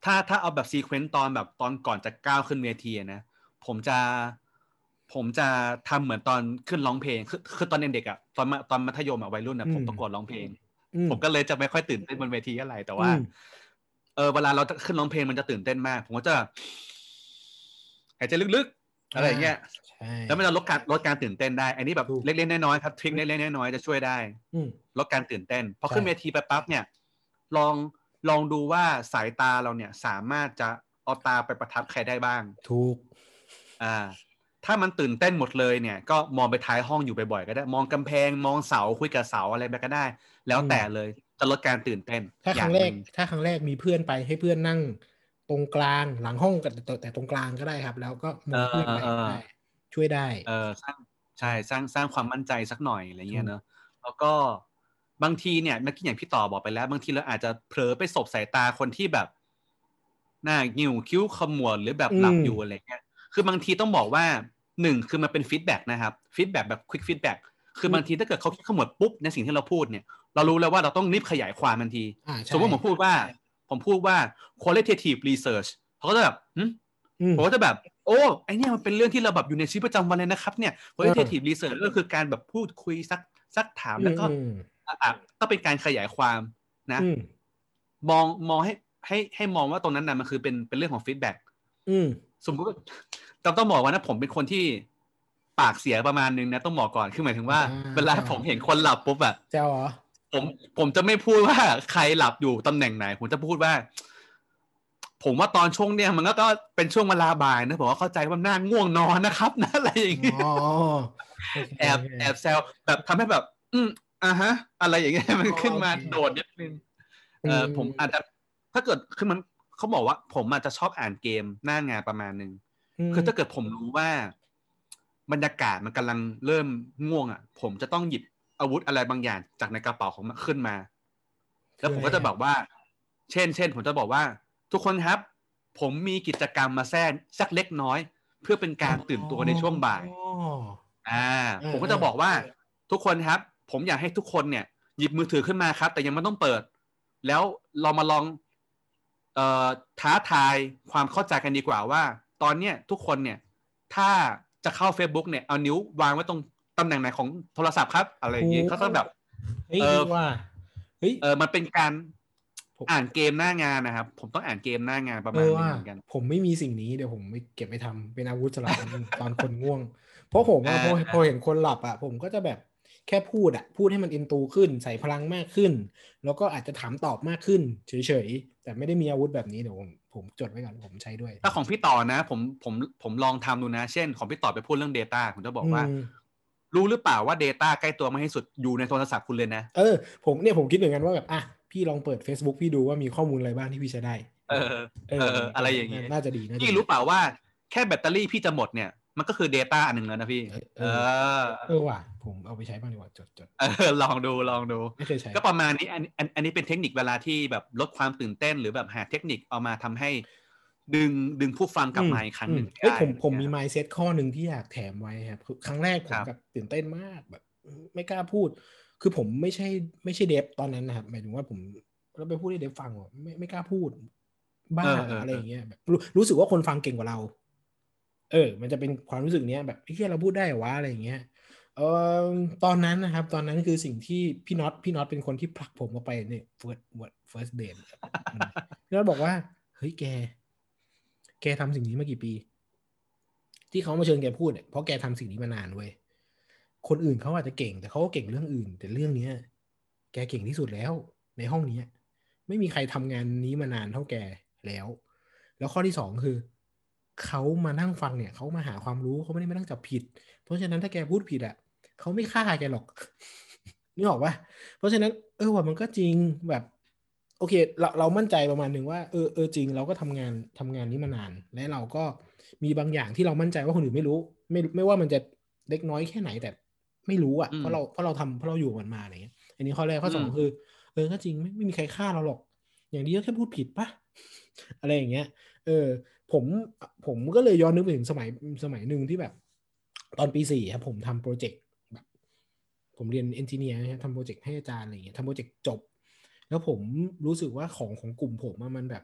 ถ้าถ้าเอาแบบซีเควนต์ตอนแบบตอนก่อนจะก้าวขึ้นเวทีนะผมจะผมจะทำเหมือนตอนขึ้นร้องเพลงคือคือตอนเด็กๆอ่ะตอนตอนมัธยมอ่ะวัยรุ่นอ่ะผมประกวดร้องเพลงผมก็เลยจะไม่ค่อยตื่นเต้นบนเวทีเท่าไหร่แต่ว่าเออเวลาเราขึ้นร้องเพลงมันจะตื่นเต้นมากผมก็จะหายใจลึกๆอะไรอย่างเงี้ยแล้วมันจะลดการลดการตื่นเต้นได้อันนี้แบบเล็กๆน้อยๆครับทริคเล็กๆน้อยๆจะช่วยได้ลดการตื่นเต้นพอขึ้นเวทีไปปั๊บเนี่ยลองลองดูว่าสายตาเราเนี่ยสามารถจะเอาตาไปประทับใครได้บ้างถูกอ่าถ้ามันตื่นเต้นหมดเลยเนี่ยก็มองไปท้ายห้องอยู่บ่อยๆก็ได้มองกำแพงมองเสาคุยกับเสาอะไรแบบก็ได้แล้วแต่เลยจะลดการตื่นเต้นถ้าครั้งแรกถ้าครั้งแรกมีเพื่อนไปให้เพื่อนนั่งตรงกลางหลังห้องแต่แต่ตรงกลางก็ได้ครับแล้วก็มองเพื่อนไปได้ช่วยได้เออสร้างใช่สร้างสร้างความมั่นใจสักหน่อยอะไรเงี้ยเนอะแล้วก็บางทีเนี่ยเมื่อกี้อย่างพี่ต่อบอกไปแล้วบางทีเราอาจจะเผลอไปสบสายตาคนที่แบบหน้างิ้วคิ้วขมวดหรือแบบหลับอยู่อะไรเงี้ยคือบางทีต้องบอกว่าหนึ่งคือมันเป็นฟีดแบ็กนะครับฟีดแบ็กแบบควิกฟีดแบ็กคือบางทีถ้าเกิดเขาคิดขมวดปุ๊บในสิ่งที่เราพูดเนี่ยเรารู้แล้วว่าเราต้องรีบขยายความทันทีสมมติผมพูดว่าผมพูดว่า qualitative research เขาก็จะแบบผมก็จะแบบโอ้ไอเนี่ยมันเป็นเรื่องที่เราแบบอยู่ในชีวิตประจำวันเลยนะครับเนี่ย qualitative research ก็คือการแบบพูดคุยซักซักถามแล้วก็อ่ะต้องเป็นการขยายความนะมองมองให้ให้ให้มองว่าตรงนั้นน่ะมันคือเป็นเป็นเรื่องของฟีดแบ็กสมมติต้องต้องบอกว่านะผมเป็นคนที่ปากเสียประมาณนึงนะต้องบอกก่อนคือหมายถึงว่าเวลาผมเห็นคนหลับปุ๊บอะเจ้าเหรอผมผมจะไม่พูดว่าใครหลับอยู่ตำแหน่งไหนผมจะพูดว่าผมว่าตอนช่วงเนี้ยมันก็เป็นช่วงเวลาบ่ายนะผมว่าเข้าใจว่าน่าง่วงนอนนะครับนะอะไรอย่างเงี้ยแอบแอบแซวแบบทำให้แบบอืมอ่ะฮะอะไรอย่างเงี้ยมันขึ้นมาโดดนิดนึงเออผมอาจจะถ้าเกิดคือมันเขาบอกว่าผมอาจจะชอบอ่านเกมหน้างานประมาณนึงคือถ้าเกิดผมรู้ว่าบรรยากาศมันกำลังเริ่มง่วงอ่ะผมจะต้องหยิบอาวุธอะไรบางอย่างจากในกระเป๋าของมันขึ้นมาแล้วผมก็จะบอกว่าเช่นเช่นผมจะบอกว่าทุกคนครับผมมีกิจกรรมมาแทรกสักเล็กน้อยเพื่อเป็นการตื่นตัวในช่วงบ่ายอ่าผมก็จะบอกว่าทุกคนครับผมอยากให้ทุกคนเนี่ยหยิบมือถือขึ้นมาครับแต่ยังไม่ต้องเปิดแล้วเรามาลองเอ่อท้าทายความเข้าใจกันดีกว่าว่าตอนเนี้ยทุกคนเนี่ยถ้าจะเข้า Facebook เนี่ยเอานิ้ววางไว้ตรงตำแหน่งไหนของโทรศัพท์ครับอะไรอย่างงี้เขาก็แบบเออว่าเฮ้ยเออมันเป็นการอ่านเกมหน้างานนะครับผมต้องอ่านเกมหน้างานประมาณนึงเหมือนกันผมไม่มีสิ่งนี้เดี๋ยวผมไม่เก็บไปทำเป็นอาวุธสำหรับตอนคนง่วงเพราะผมว่าพอพอเห็นคนหลับอ่ะผมก็จะแบบแค่พูดอ่ะพูดให้มันอินตูขึ้นใส่พลังมากขึ้นแล้วก็อาจจะถามตอบมากขึ้นเฉยๆแต่ไม่ได้มีอาวุธแบบนี้เดี๋ยวผมผมจดไว้ก่อนผมใช้ด้วยถ้าของพี่ต่อนะผมผมผมลองทำดูนะเช่นของพี่ต่อไปพูดเรื่อง data ผมจะบอกว่ารู้หรือเปล่าว่า data ใกล้ตัวมากที่สุดอยู่ในโทรศัพท์คุณเลยนะเออผมเนี่ยผมคิดเหมือนกันว่าแบบอ่ะพี่ลองเปิด Facebook พี่ดูว่ามีข้อมูลอะไรบ้างที่พี่ใช้ได้เออเอออะไรอย่างเงี้ยน่าจะดีน่าจะพี่รู้เปล่าว่าแค่แบตเตอรี่พี่จะหมดเนี่ยมันก็คือ data อันหนึ่งแล้วนะพี่เออเออว่ะผมเอาไปใช้บ้างดีกว่าจดจดเออลองดูลองดูไม่เคยใช้ก็ประมาณนี้อันอันนี้เป็นเทคนิคเวลาที่แบบลดความตื่นเต้นหรือแบบหาเทคนิคเอามาทำให้ดึงดึงผู้ฟังกลับมาอีกครั้งหนึ่งเอ้ยผมผมมี mindset ข้อหนึ่งที่อยากแถมไว้ครับครั้งแรกผมแบบตื่นเต้นมากแบบไม่กล้าพูดคือผมไม่ใช่ไม่ใช่เดฟตอนนั้นนะครับหมายถึงว่าผมแล้วไปพูดให้เดฟฟังว่าไม่ไม่กล้าพูดบ้าอะไรอย่างเงี้ยแบบรู้สึกว่าคนฟังเก่งกว่าเราเออมันจะเป็นความรู้สึกเนี้ยแบบพี่เราพูดได้หรอวะอะไรอย่างเงี้ยเออตอนนั้นนะครับตอนนั้นคือสิ่งที่พี่น็อตพี่น็อตเป็นคนที่ผลักผมออกไปเนี่ย first first date พี่น็อตบอกว่าเฮ้ยแกแกทำสิ่งนี้มากี่ปีที่เขามาเชิญแกพูดเนี่ยเพราะแกทำสิ่งนี้มานานเว้ยคนอื่นเขาอาจจะเก่งแต่เขาก็เก่งเรื่องอื่นแต่เรื่องนี้แกเก่งที่สุดแล้วในห้องนี้ไม่มีใครทำงานนี้มานานเท่าแกแล้วแล้วข้อที่สองคือเขามานั่งฟังเนี่ยเขามาหาความรู้เขาไม่ได้มานั่งจับผิดเพราะฉะนั้นถ้าแกพูดผิดอ่ะเขาไม่ฆ่าแกหรอกนึกออกปะเพราะฉะนั้นเออว่ามันก็จริงแบบโอเคเราเรามั่นใจประมาณหนึ่งว่าเออเออจริงเราก็ทำงานทำงานนี้มานานและเราก็มีบางอย่างที่เรามั่นใจว่าคนอื่นไม่รู้ไม่ไม่ว่ามันจะเล็กน้อยแค่ไหนแต่ไม่รู้อ่ะเพราะเราเพราะเราทำเพราะเราอยู่มันมาอะไรเงี้ยอันนี้ข้อแรกข้อสองคือเออก็จริงไม่ไม่มีใครฆ่าเราหรอกอย่างนี้ก็แค่พูดผิดปะอะไรอย่างเงี้ยเออผมผมก็เลยย้อนนึกไปถึงสมัยสมัยหนึ่งที่แบบตอนปีสี่ครับผมทำโปรเจกต์แบบผมเรียนเอนจิเนียร์ทำโปรเจกต์ให้อาจารย์อะไรเงี้ยทำโปรเจกต์จบแล้วผมรู้สึกว่าของของกลุ่มผมมันแบบ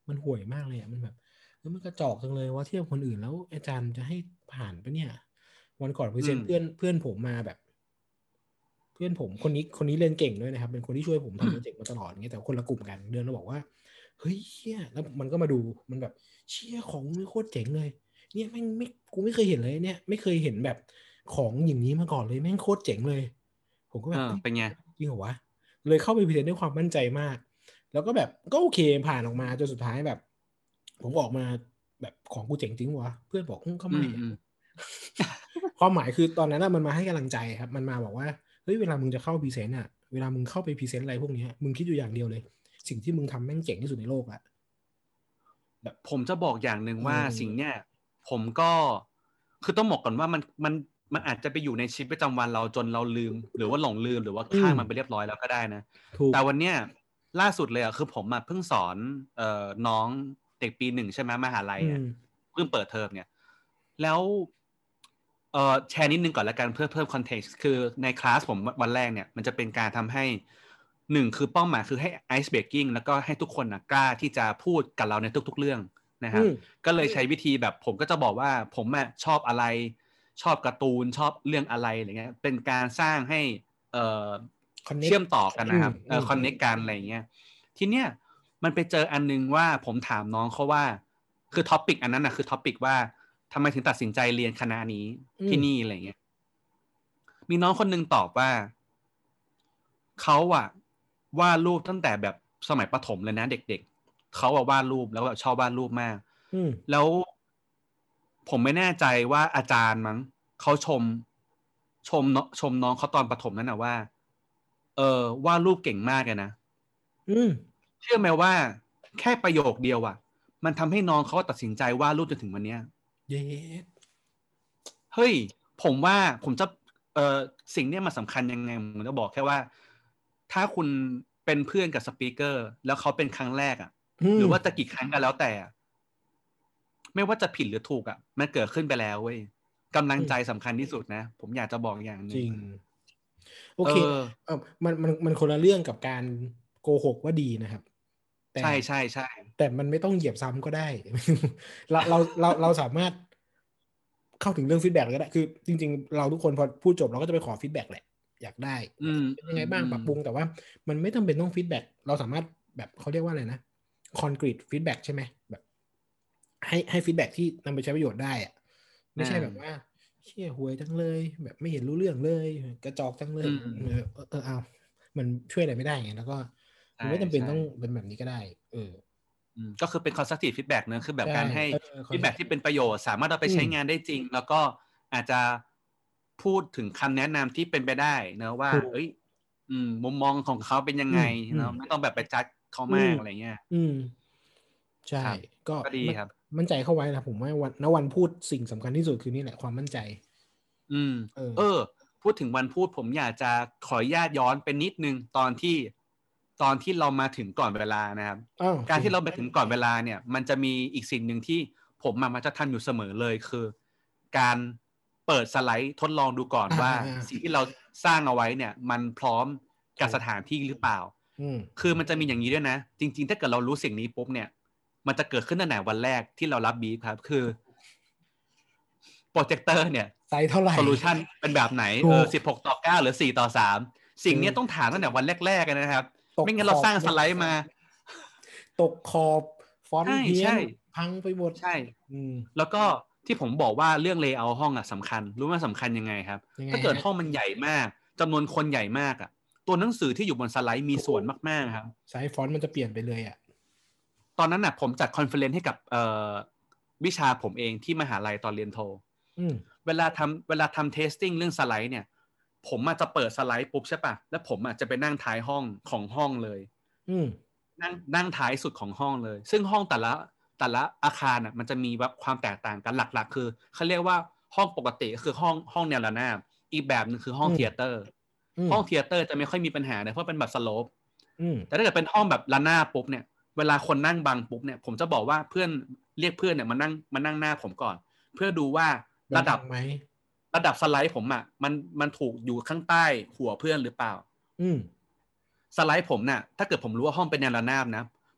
มันห่วยมากเลยอ่ะมันแบบแล้วมันกระจอกจังเลยว่าเทียบคนอื่นแล้วอาจารย์จะให้ผ่านปะเนี่ยวันก่อนพรีเซนต์เพื่อนเพื่อนผมมาแบบเพื่อนผมคนนี้คนนี้เรียนเก่งด้วยนะครับเป็นคนที่ช่วยผมทำโปรเจกต์มาตลอดเงี้ยแต่คนละกลุ่มกันเดินมาบอกว่าเฮ้ยเชี่ยแล้วมันก็มาดูมันแบบเชี่ยของมันโคตรเจ๋งเลยเนี่ยแม่งไม่กูไม่เคยเห็นเลยเนี่ยไม่เคยเห็นแบบของอย่างนี้มาก่อนเลยแม่งโคตรเจ๋งเลยผมก็แบบเป็นไงจริงเหรอวะเลยเข้าไปพรีเซนต์ด้วยความมั่นใจมากแล้วก็แบบก็โอเคผ่านออกมาจนสุดท้ายแบบผมออกมาแบบของกูเจ๋งจริงวะเพื่อนบอกก็ไม่ความหมายคือตอนนั้นมันมาให้กำลังใจครับมันมาบอกว่าเฮ้ยเวลามึงจะเข้าพรีเซนต์อ่ะเวลามึงเข้าไปพรีเซนต์อะไรพวกนี้มึงคิดอยู่อย่างเดียวเลยสิ่งที่มึงทำแม่งเจ๋งที่สุดในโลกอะแบบผมจะบอกอย่างหนึ่งว่าสิ่งเนี้ยผมก็คือต้องบอกก่อนว่ามันมันมันอาจจะไปอยู่ในชีวิตประจำวันเราจนเราลืมหรือว่าหลงลืมหรือว่าข้ามมันไปเรียบร้อยแล้วก็ได้นะแต่วันเนี้ยล่าสุดเลยอ่ะคือผมอ่ะเพิ่งสอนเอ่อน้องเด็กปีหนึ่งใช่ไหมมหาลัยอ่ะเพิ่งเปิดเทอมเนี่ยแล้วเอ่อแชร์นิดนึงก่อนละกันเพื่อเพิ่มคอนเท็กซ์คือในคลาสผมวันแรกเนี่ยมันจะเป็นการทำให้หนึ่งคือเป้าหมายคือให้ไอซ์เบรกกิ้งแล้วก็ให้ทุกคนนะกล้าที่จะพูดกับเราในทุกๆเรื่องนะครับก็เลยใช้วิธีแบบผมก็จะบอกว่าผมอ่ะชอบอะไรชอบการ์ตูนชอบเรื่องอะไรอะไรเงี้ยเป็นการสร้างให้เอ่อเชื่อมต่อกันนะครับเอ่อคอนเนคกันอะไรเงี้ยทีเนี้ยมันไปเจออันนึงว่าผมถามน้องเขาว่าคือท็อปิกอันนั้นน่ะคือท็อปิกว่าทำไมถึงตัดสินใจเรียนคณะนี้ที่นี่อะไรเงี้ยมีน้องคนนึงตอบว่าเขาอะวาดรูปตั้งแต่แบบสมัยประถมเลยนะเด็กๆเขาอะวาดรูปแล้วแบบชอบวาดรูปมากแล้วผมไม่แน่ใจว่าอาจารย์มั้งเขาชมชมชมน้องเขาตอนประถมนั่นนะว่าเออวาดรูปเก่งมากเลยนะเชื่อไหมว่าแค่ประโยคเดียวอะมันทำให้น้องเขาตัดสินใจวาดรูปจนถึงวันเนี้ยเย้เฮ้ยผมว่าผมจะเออสิ่งนี้มันสำคัญยังไงผมจะบอกแค่ว่าถ้าคุณเป็นเพื่อนกับสปีกเกอร์แล้วเขาเป็นครั้งแรกอ่ะหรือว่าจะกี่ครั้งก็แล้วแต่ไม่ว่าจะผิดหรือถูกอ่ะมันเกิดขึ้นไปแล้วเว้ยกำลังใจสำคัญที่สุดนะผมอยากจะบอกอย่างนึงจริงโอเคเออมันมันมันคนละเรื่องกับการโกหกว่าดีนะครับใช่ใช่ใช่แต่มันไม่ต้องเหยียบซ้ำก็ได้เราเราเราเราสามารถเข้าถึงเรื่องฟีดแบ็กก็ได้คือจริงๆเราทุกคนพอพูดจบเราก็จะไปขอฟีดแบ็กแหละอยากได้เป็นยังไงบ้างปรับปรุงแต่ว่ามันไม่จำเป็นต้องฟีดแบ็กเราสามารถแบบเขาเรียกว่าอะไรนะคอนกรีตฟีดแบ็กใช่ไหมแบบให้ให้ฟีดแบ็กที่นำไปใช้ประโยชน์ได้อะไม่ใช่แบบว่าเชี่ยห่วยจังเลยแบบไม่เห็นรู้เรื่องเลยกระจอกจังเลยเออเออเอามันช่วยอะไรไม่ได้ไงแล้วก็มันไม่จำเป็นต้องเป็นแบบนี้ก็ได้เออก็คือเป็น constructive feedback เนอะคือแบบการให้ feedback ที่เป็นประโยชน์สามารถเอาไปใช้งานได้จริงแล้วก็อาจจะพูดถึงคำแนะนำที่เป็นไปได้นะว่าเอ้ยมุมมองของเขาเป็นยังไงเนาะไม่ต้องแบบไปจัดเขามากอะไรเงี้ยอืมใช่ก็ดีครับมั่นใจเข้าไว้นะผมว่าวันณวันพูดสิ่งสำคัญที่สุดคือนี่แหละความมั่นใจอืมเออพูดถึงวันพูดผมอยากจะขออนุญาตย้อนเป็นนิดนึงตอนที่ตอนที่เรามาถึงก่อนเวลานะครับการที่เราไปถึงก่อนเวลาเนี่ยมันจะมีอีกสิ่งหนึ่งที่ผมมันจะทำอยู่เสมอเลยคือการเปิดสไลด์ทดลองดูก่อนว่าสิ่งที่เราสร้างเอาไว้เนี่ยมันพร้อมกับสถานที่หรือเปล่าคือมันจะมีอย่างนี้ด้วยนะจริงๆถ้าเกิดเรารู้สิ่งนี้ปุ๊บเนี่ยมันจะเกิดขึ้นตั้งแต่วันแรกที่เรารับบีฟครับคือโปรเจคเตอร์เนี่ยไซส์เท่าไหร่โซลูชันเป็นแบบไหนเออสิบหกต่อเก้าหรือสี่ต่อสามสิ่งนี้ต้องถามตั้งแต่วันแรกๆนะครับไม่งั้นเราสร้างสไลด์มาตกขอบฟอนต์เพี้ยนพังไปหมดใช่แล้วก็ที่ผมบอกว่าเรื่องเลเยอร์ห้องอ่ะสำคัญรู้ว่าสำคัญยังไงครับถ้าเกิดห้องมันใหญ่มากจำนวนคนใหญ่มากอ่ะตัวหนังสือที่อยู่บนสไลด์มีส่วนมากๆครับไซส์ฟอนต์มันจะเปลี่ยนไปเลยอ่ะตอนนั้นน่ะผมจัดคอนเฟอเรนซ์ให้กับเอ่อวิชาผมเองที่มหาลัยตอนเรียนโทเวลาทำเวลาทำเทสติ้งเรื่องสไลด์เนี่ยผมอาจจะเปิดสไลด์ปุ๊บใช่ป่ะแล้วผมอาจจะไปนั่งท้ายห้องของห้องเลยนั่งนั่งท้ายสุดของห้องเลยซึ่งห้องแต่ละแต่ละอาคารอ่ะมันจะมีแบบความแตกต่างกันหลักๆคือเขาเรียกว่าห้องปกติก็คือห้องห้องแนวระนาบอีกแบบนึงคือห้องเธียเตอร์ห้องเธียเตอร์จะไม่ค่อยมีปัญหาเลยเพราะเป็นแบบสโลปแต่ถ้าเกิดเป็นห้องแบบระนาบปุ๊บเนี่ยเวลาคนนั่งบังปุ๊บเนี่ยผมจะบอกว่าเพื่อนเรียกเพื่อนเนี่ยมานั่งมานั่งหน้าผมก่อนเพื่อดูว่าระดับระดับสไลด์ผมอ่ะมันมันถูกอยู่ข้างใต้หัวเพื่อนหรือเปล่าสไลด์ผมน่ะถ้าเกิดผมรู้ว่าห้องเป็นแนวระนาบนะ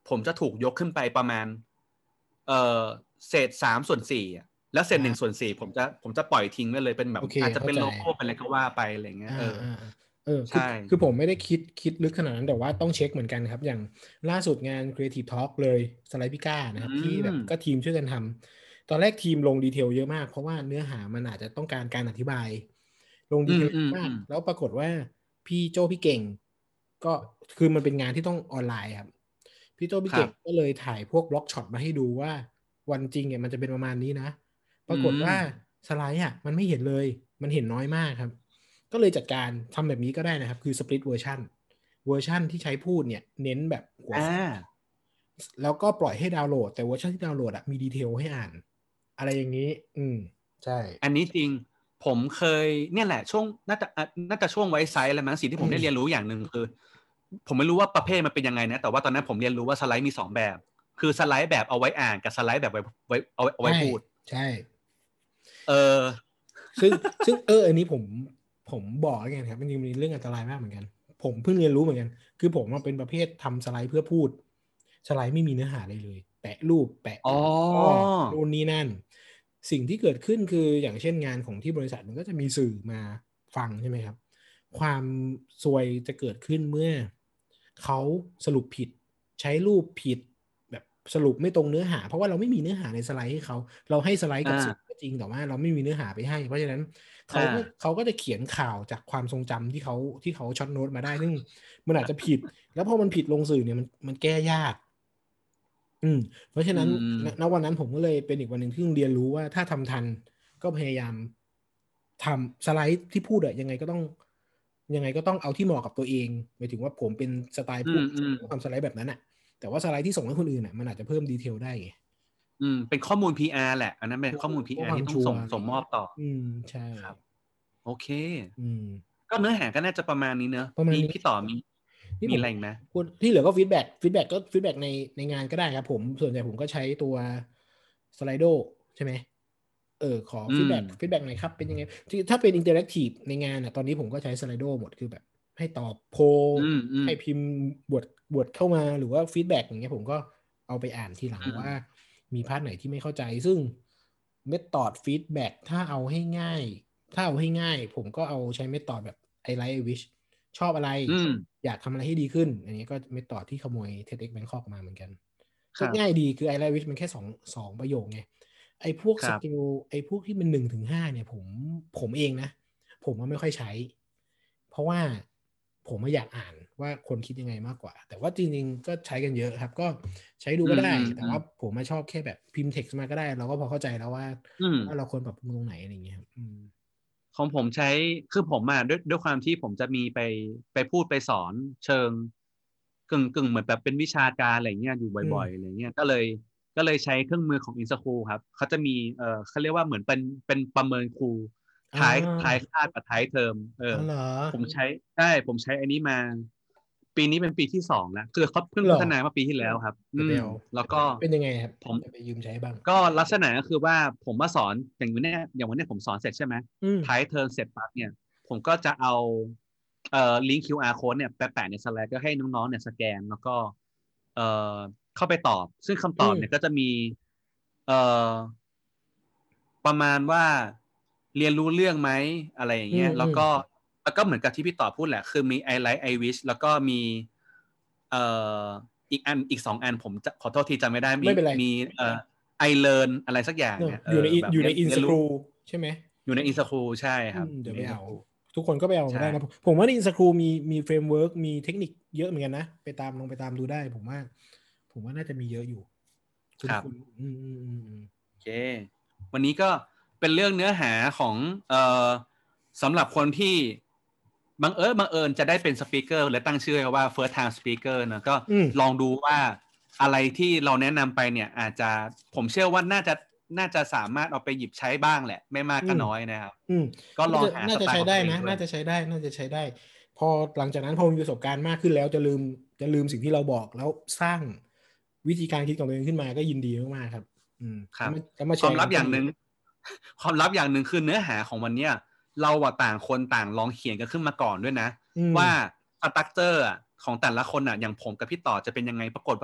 ผมจะถูกยกขึ้นไปประมาณเอ่อเศษสามส่วนสี่อ่ะแล้วเศษหนึ่งส่วนสี่ผมจะผมจะปล่อยทิ้งไว้เลยเป็นแบบอาจจะเป็นโลโก้เป็นอะไรก็ว่าไปอะไรเงี้ยเออเออคือคือผมไม่ได้คิดคิดลึกขนาดนั้นแต่ว่าต้องเช็คเหมือนกันครับอย่างล่าสุดงาน Creative Talk เลยสไลด์พิก้านะครับที่แบบก็ทีมช่วยกันทำตอนแรกทีมลงดีเทลเยอะมากเพราะว่าเนื้อหามันอาจจะต้องการการอธิบายลงดีเทลมากแล้วปรากฏว่าพี่โจพี่เก่งก็คือมันเป็นงานที่ต้องออนไลน์ครับพี่โจพี่เก่งก็เลยถ่ายพวกบล็อกช็อตมาให้ดูว่าวันจริงเนี่ยมันจะเป็นประมาณนี้นะปรากฏว่าสไลด์อ่ะมันไม่เห็นเลยมันเห็นน้อยมากครับก็เลยจัดการทำแบบนี้ก็ได้นะครับคือสปลิตเวอร์ชันเวอร์ชันที่ใช้พูดเนี่ยเน้นแบบหัวข้อแล้วก็ปล่อยให้ดาวน์โหลดแต่เวอร์ชันที่ดาวน์โหลดอ่ะมีดีเทลให้อ่านอะไรอย่างนี้อืมใช่อันนี้จริงผมเคยเนี่ยแหละช่วงน่าจะน่าจะช่วงไวซ์ไซส์อะไรมั้งสิ่งที่ผมได้เรียนรู้อย่างหนึ่งคือผมไม่รู้ว่าประเภทมันเป็นยังไงนะแต่ว่าตอนนั้นผมเรียนรู้ว่าสไลด์มีสองแบบคือสไลด์แบบเอาไว้อ่านกับสไลด์แบบไว้ไว้เอาไว้เอาไว้พูดใช่เออซึ่งซึ่งเอออันนี้ผมผมบอกแล้วกันครับมันมีเรื่องอันตรายมากเหมือนกันผมเพิ่งเรียนรู้เหมือนกันคือผมเป็นประเภททำสไลด์เพื่อพูดสไลด์ไม่มีเนื้อหาเลยเลยแปะรูปแปะอ๋อนู่นนี่นั่นสิ่งที่เกิดขึ้นคืออย่างเช่นงานของที่บริษัทมันก็จะมีสื่อมาฟังใช่ไหมครับความซวยจะเกิดขึ้นเมื่อเขาสรุปผิดใช้รูปผิดแบบสรุปไม่ตรงเนื้อหาเพราะว่าเราไม่มีเนื้อหาในสไลด์ให้เขาเราให้สไลด์กับสื่อก็จริงแต่ว่าเราไม่มีเนื้อหาไปให้เพราะฉะนั้นเขาก็เขาก็จะเขียนข่าวจากความทรงจำที่เขาที่เขาช็อตโน้ตมาได้ซึ่งมันอาจจะผิดแล้วพอมันผิดลงสื่อเนี่ยมันมันแก้ยากอืมเพราะฉะนั้นณวันนั้นผมก็เลยเป็นอีกวันหนึ่งที่เรียนรู้ว่าถ้าทำทันก็พยายามทำสไลด์ที่พูดอะยังไงก็ต้องยังไงก็ต้องเอาที่เหมาะกับตัวเองหมายถึงว่าผมเป็นสไตล์พูดทำสไลด์แบบนั้นอะแต่ว่าสไลด์ที่ส่งให้คนอื่นอะมันอาจจะเพิ่มดีเทลได้ไงอืมเป็นข้อมูล พี อาร์ แหละอันนั้นเป็นข้อมูล พี อาร์ ที่ต้องส่งส่งมอบต่ออืมใช่ครับโอเคอืมก็เนื้อหาก็น่าจะประมาณนี้เนอะมีพี่ต่อมีมีอะไรไหมที่เหลือก็ฟีดแบ็กฟีดแบ็กก็ฟีดแบ็กในในงานก็ได้ครับผมส่วนใหญ่ผมก็ใช้ตัวสไลโดใช่ไหมเออขอฟีดแบ็กฟีดแบ็กหน่อยครับเป็นยังไงถ้าเป็นอินเตอร์แอคทีฟในงานอ่ะตอนนี้ผมก็ใช้สไลโดหมดคือแบบให้ตอบโพลให้พิมพ์บทบทเข้ามาหรือว่าฟีดแบ็กอย่างเงี้ยผมก็เอาไปอ่านทีหลังว่ามีพาร์ทไหนที่ไม่เข้าใจซึ่งเมธอดฟีดแบ็กถ้าเอาให้ง่ายถ้าเอาให้ง่ายผมก็เอาใช้เมธอดแบบ I like I wish ชอบอะไรอยากทำอะไรให้ดีขึ้นอันนี้ก็เมธอดที่ขโมย เท็ด เอ็กซ์ Bangkok มาเหมือนกันก็ง่ายดีคือ I like I wish มันแค่สองสองประโยคไงไอ้พวกสกิลไอ้พวกที่มันหนึ่งถึงห้าเนี่ยผมผมเองนะผมก็ไม่ค่อยใช้เพราะว่าผมไม่อยากอ่านว่าคนคิดยังไงมากกว่าแต่ว่าจริงๆก็ใช้กันเยอะครับก็ใช้ดูก็ได้แต่ว่าผมไม่ชอบแค่แบบพิมพ์ text มาก็ได้เราก็พอเข้าใจแล้วว่าว่าเราควรปรับปรุงตรงไหนอะไรอย่างเงี้ยครับของผมใช้คือผมอ่ะด้วยด้วยความที่ผมจะมีไปไปพูดไปสอนเชิงกึ่งกึ่งเหมือนแบบเป็นวิชาการอะไรเงี้ยอยู่บ่อยๆอะไรเงี้ยก็เลยก็เลยใช้เครื่องมือของ InSchool ครับเขาจะมีเออเขาเรียกว่าเหมือนเป็นเป็นประเมินครูท้ายท้ายคาดกับท้ายเทอมเออผมใช้ใช่ผมใช้อันนี้มาปีนี้เป็นปีที่สองแล้วคือเขาเพิ่งพัฒนามาปีที่แล้วครับอืมแล้วก็เป็นยังไงครับผมไปยืมใช้บ้างก็ลักษณะก็คือว่าผมมาสอนอย่างวันนี้อย่างวันนี้ผมสอนเสร็จใช่ไหมท้ายเทอมเสร็จปั๊บเนี่ยผมก็จะเอาเอ่อลิงก์ คิว อาร์ code เนี่ยแปะในสไลด์ก็ให้น้องๆเนี่ยสแกนแล้วก็เอ่อเข้าไปตอบซึ่งคำตอบเนี่ยก็จะมีเอ่อประมาณว่าเรียนรู้เรื่องไหมอะไรอย่างเงี้ยแล้วก็แล้วก็เหมือนกับที่พี่ต่อพูดแหละคือมี I like I wish แล้วก็มีเอ่ออีกอันอีกสองอันผมจะขอโทษทีจำไม่ได้มีมีเอ่อ I learn อะไรสักอย่างเนี่ยอยู่ในอยู่ใน InSchool ใช่ไหมอยู่ใน InSchool ใช่ครับเดี๋ยวไปเอาทุกคนก็ไปเอาได้นะผมว่าใน InSchool มีมีเฟรมเวิร์กมีเทคนิคเยอะเหมือนกันนะไปตามลองไปตามดูได้ผมว่าผมว่าน่าจะมีเยอะอยู่ครับโอเควันนี้ก็เป็นเรื่องเนื้อหาของเอ่อสำหรับคนที่บังเอิญบังเอิญจะได้เป็นสปีกเกอร์และตั้งชื่อว่า first time speaker นะก็ลองดูว่าอะไรที่เราแนะนำไปเนี่ยอาจจะผมเชื่อว่าน่าจะน่าจะสามารถเอาไปหยิบใช้บ้างแหละไม่มากก็น้อยนะครับก็ลองหาน่าจะใช้ได้นะน่าจะใช้ได้น่าจะใช้ได้พอหลังจากนั้นพอมีประสบการณ์มากขึ้นแล้วจะลืมจะลืมสิ่งที่เราบอกแล้วสร้างวิธีการคิดของตัวเองขึ้นมาก็ยินดีมากๆครับอืมครับความลับอย่างหนึ่งความลับอย่างหนึ่งคือเนื้อหาของวันนี้เราอะต่างคนต่างลองเขียนกันขึ้นมาก่อนด้วยนะว่าสตรัคเจอร์ของแต่ละคนอะอย่างผมกับพี่ต่อจะเป็นยังไงปรากฏว่า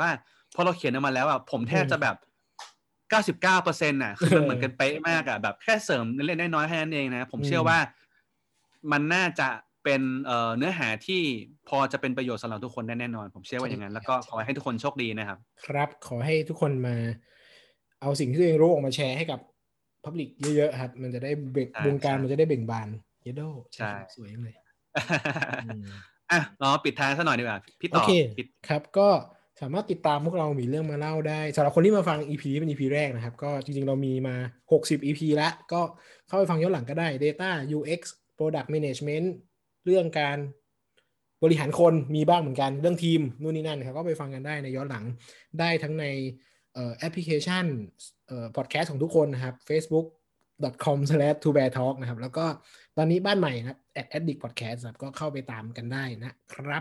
พอเราเขียนออกมาแล้วอ่ะผมแทบจะแบบเก้าสิบเก้าเปอร์เซ็นต์น่ะคือมันเหมือนกันเป๊ะมากอ่ะแบบแค่เสริมเล็กๆน้อยๆแค่นั้นเองนะผมเชื่อว่ามันน่าจะเป็นเอ่อเนื้อหาที่พอจะเป็นประโยชน์สำหรับทุกคนได้แน่นอนผมเชื่อว่าอย่างนั้นแล้วก็ขอให้ทุกคนโชคดีนะครับครับขอให้ทุกคนมาเอาสิ่งที่ตัวเองรู้ออกมาแชร์ให้กับ Public เยอะๆครับมันจะได้เบ่งวงการมันจะได้เบ่งบานเยโดใช่สวยเลยอ่ะเราปิดท้ายซะหน่อยดีกว่าพี่ต่อครับก็สามารถติดตามพวกเรามีเรื่องมาเล่าได้สำหรับคนที่มาฟัง อี พี นี้เป็น อี พี แรกนะครับก็จริงๆเรามีมาหกสิบ อี พี แล้วก็เข้าไปฟังย้อนหลังก็ได้ Data ยู เอ็กซ์ Product Management เรื่องการบริหารคนมีบ้างเหมือนกันเรื่องทีมนู่นนี่นั่นครับก็ไปฟังกันได้ในย้อนหลังได้ทั้งในเอ่อแอปพลิเคชันเอ่อพอดแคสต์ของทุกคนนะครับ facebook dot com slash two bear talk นะครับแล้วก็ตอนนี้บ้านใหม่นะครับ at addict podcast ครับก็เข้าไปตามกันได้นะครับ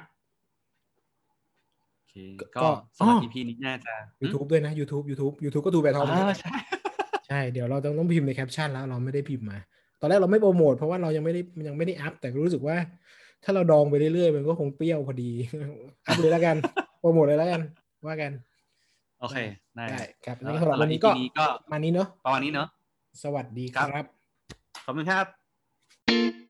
ก็สำหรับ อี พี นี้น่าจะ YouTube ด้วยนะ YouTube YouTube YouTube ก็ two bear talk ใช่ใช่เดี๋ยวเราต้องต้องพิมพ์ในแคปชั่นแล้วเราไม่ได้พิมพ์มาตอนแรกเราไม่โปรโมทเพราะว่าเรายังไม่ได้ยังไม่ได้อัพแต่รู้สึกว่าถ้าเราดองไปเรื่อยๆมันก็คงเปรี้ยวพอดีอัพเลยแล้วกันโปรโมทเลยแล้วกันว่ากันโอเคได้ครับนี่สำหรับวันนี้ก็มานี้เนาะประมาณนี้เนาะสวัสดีครับขอบคุณครับ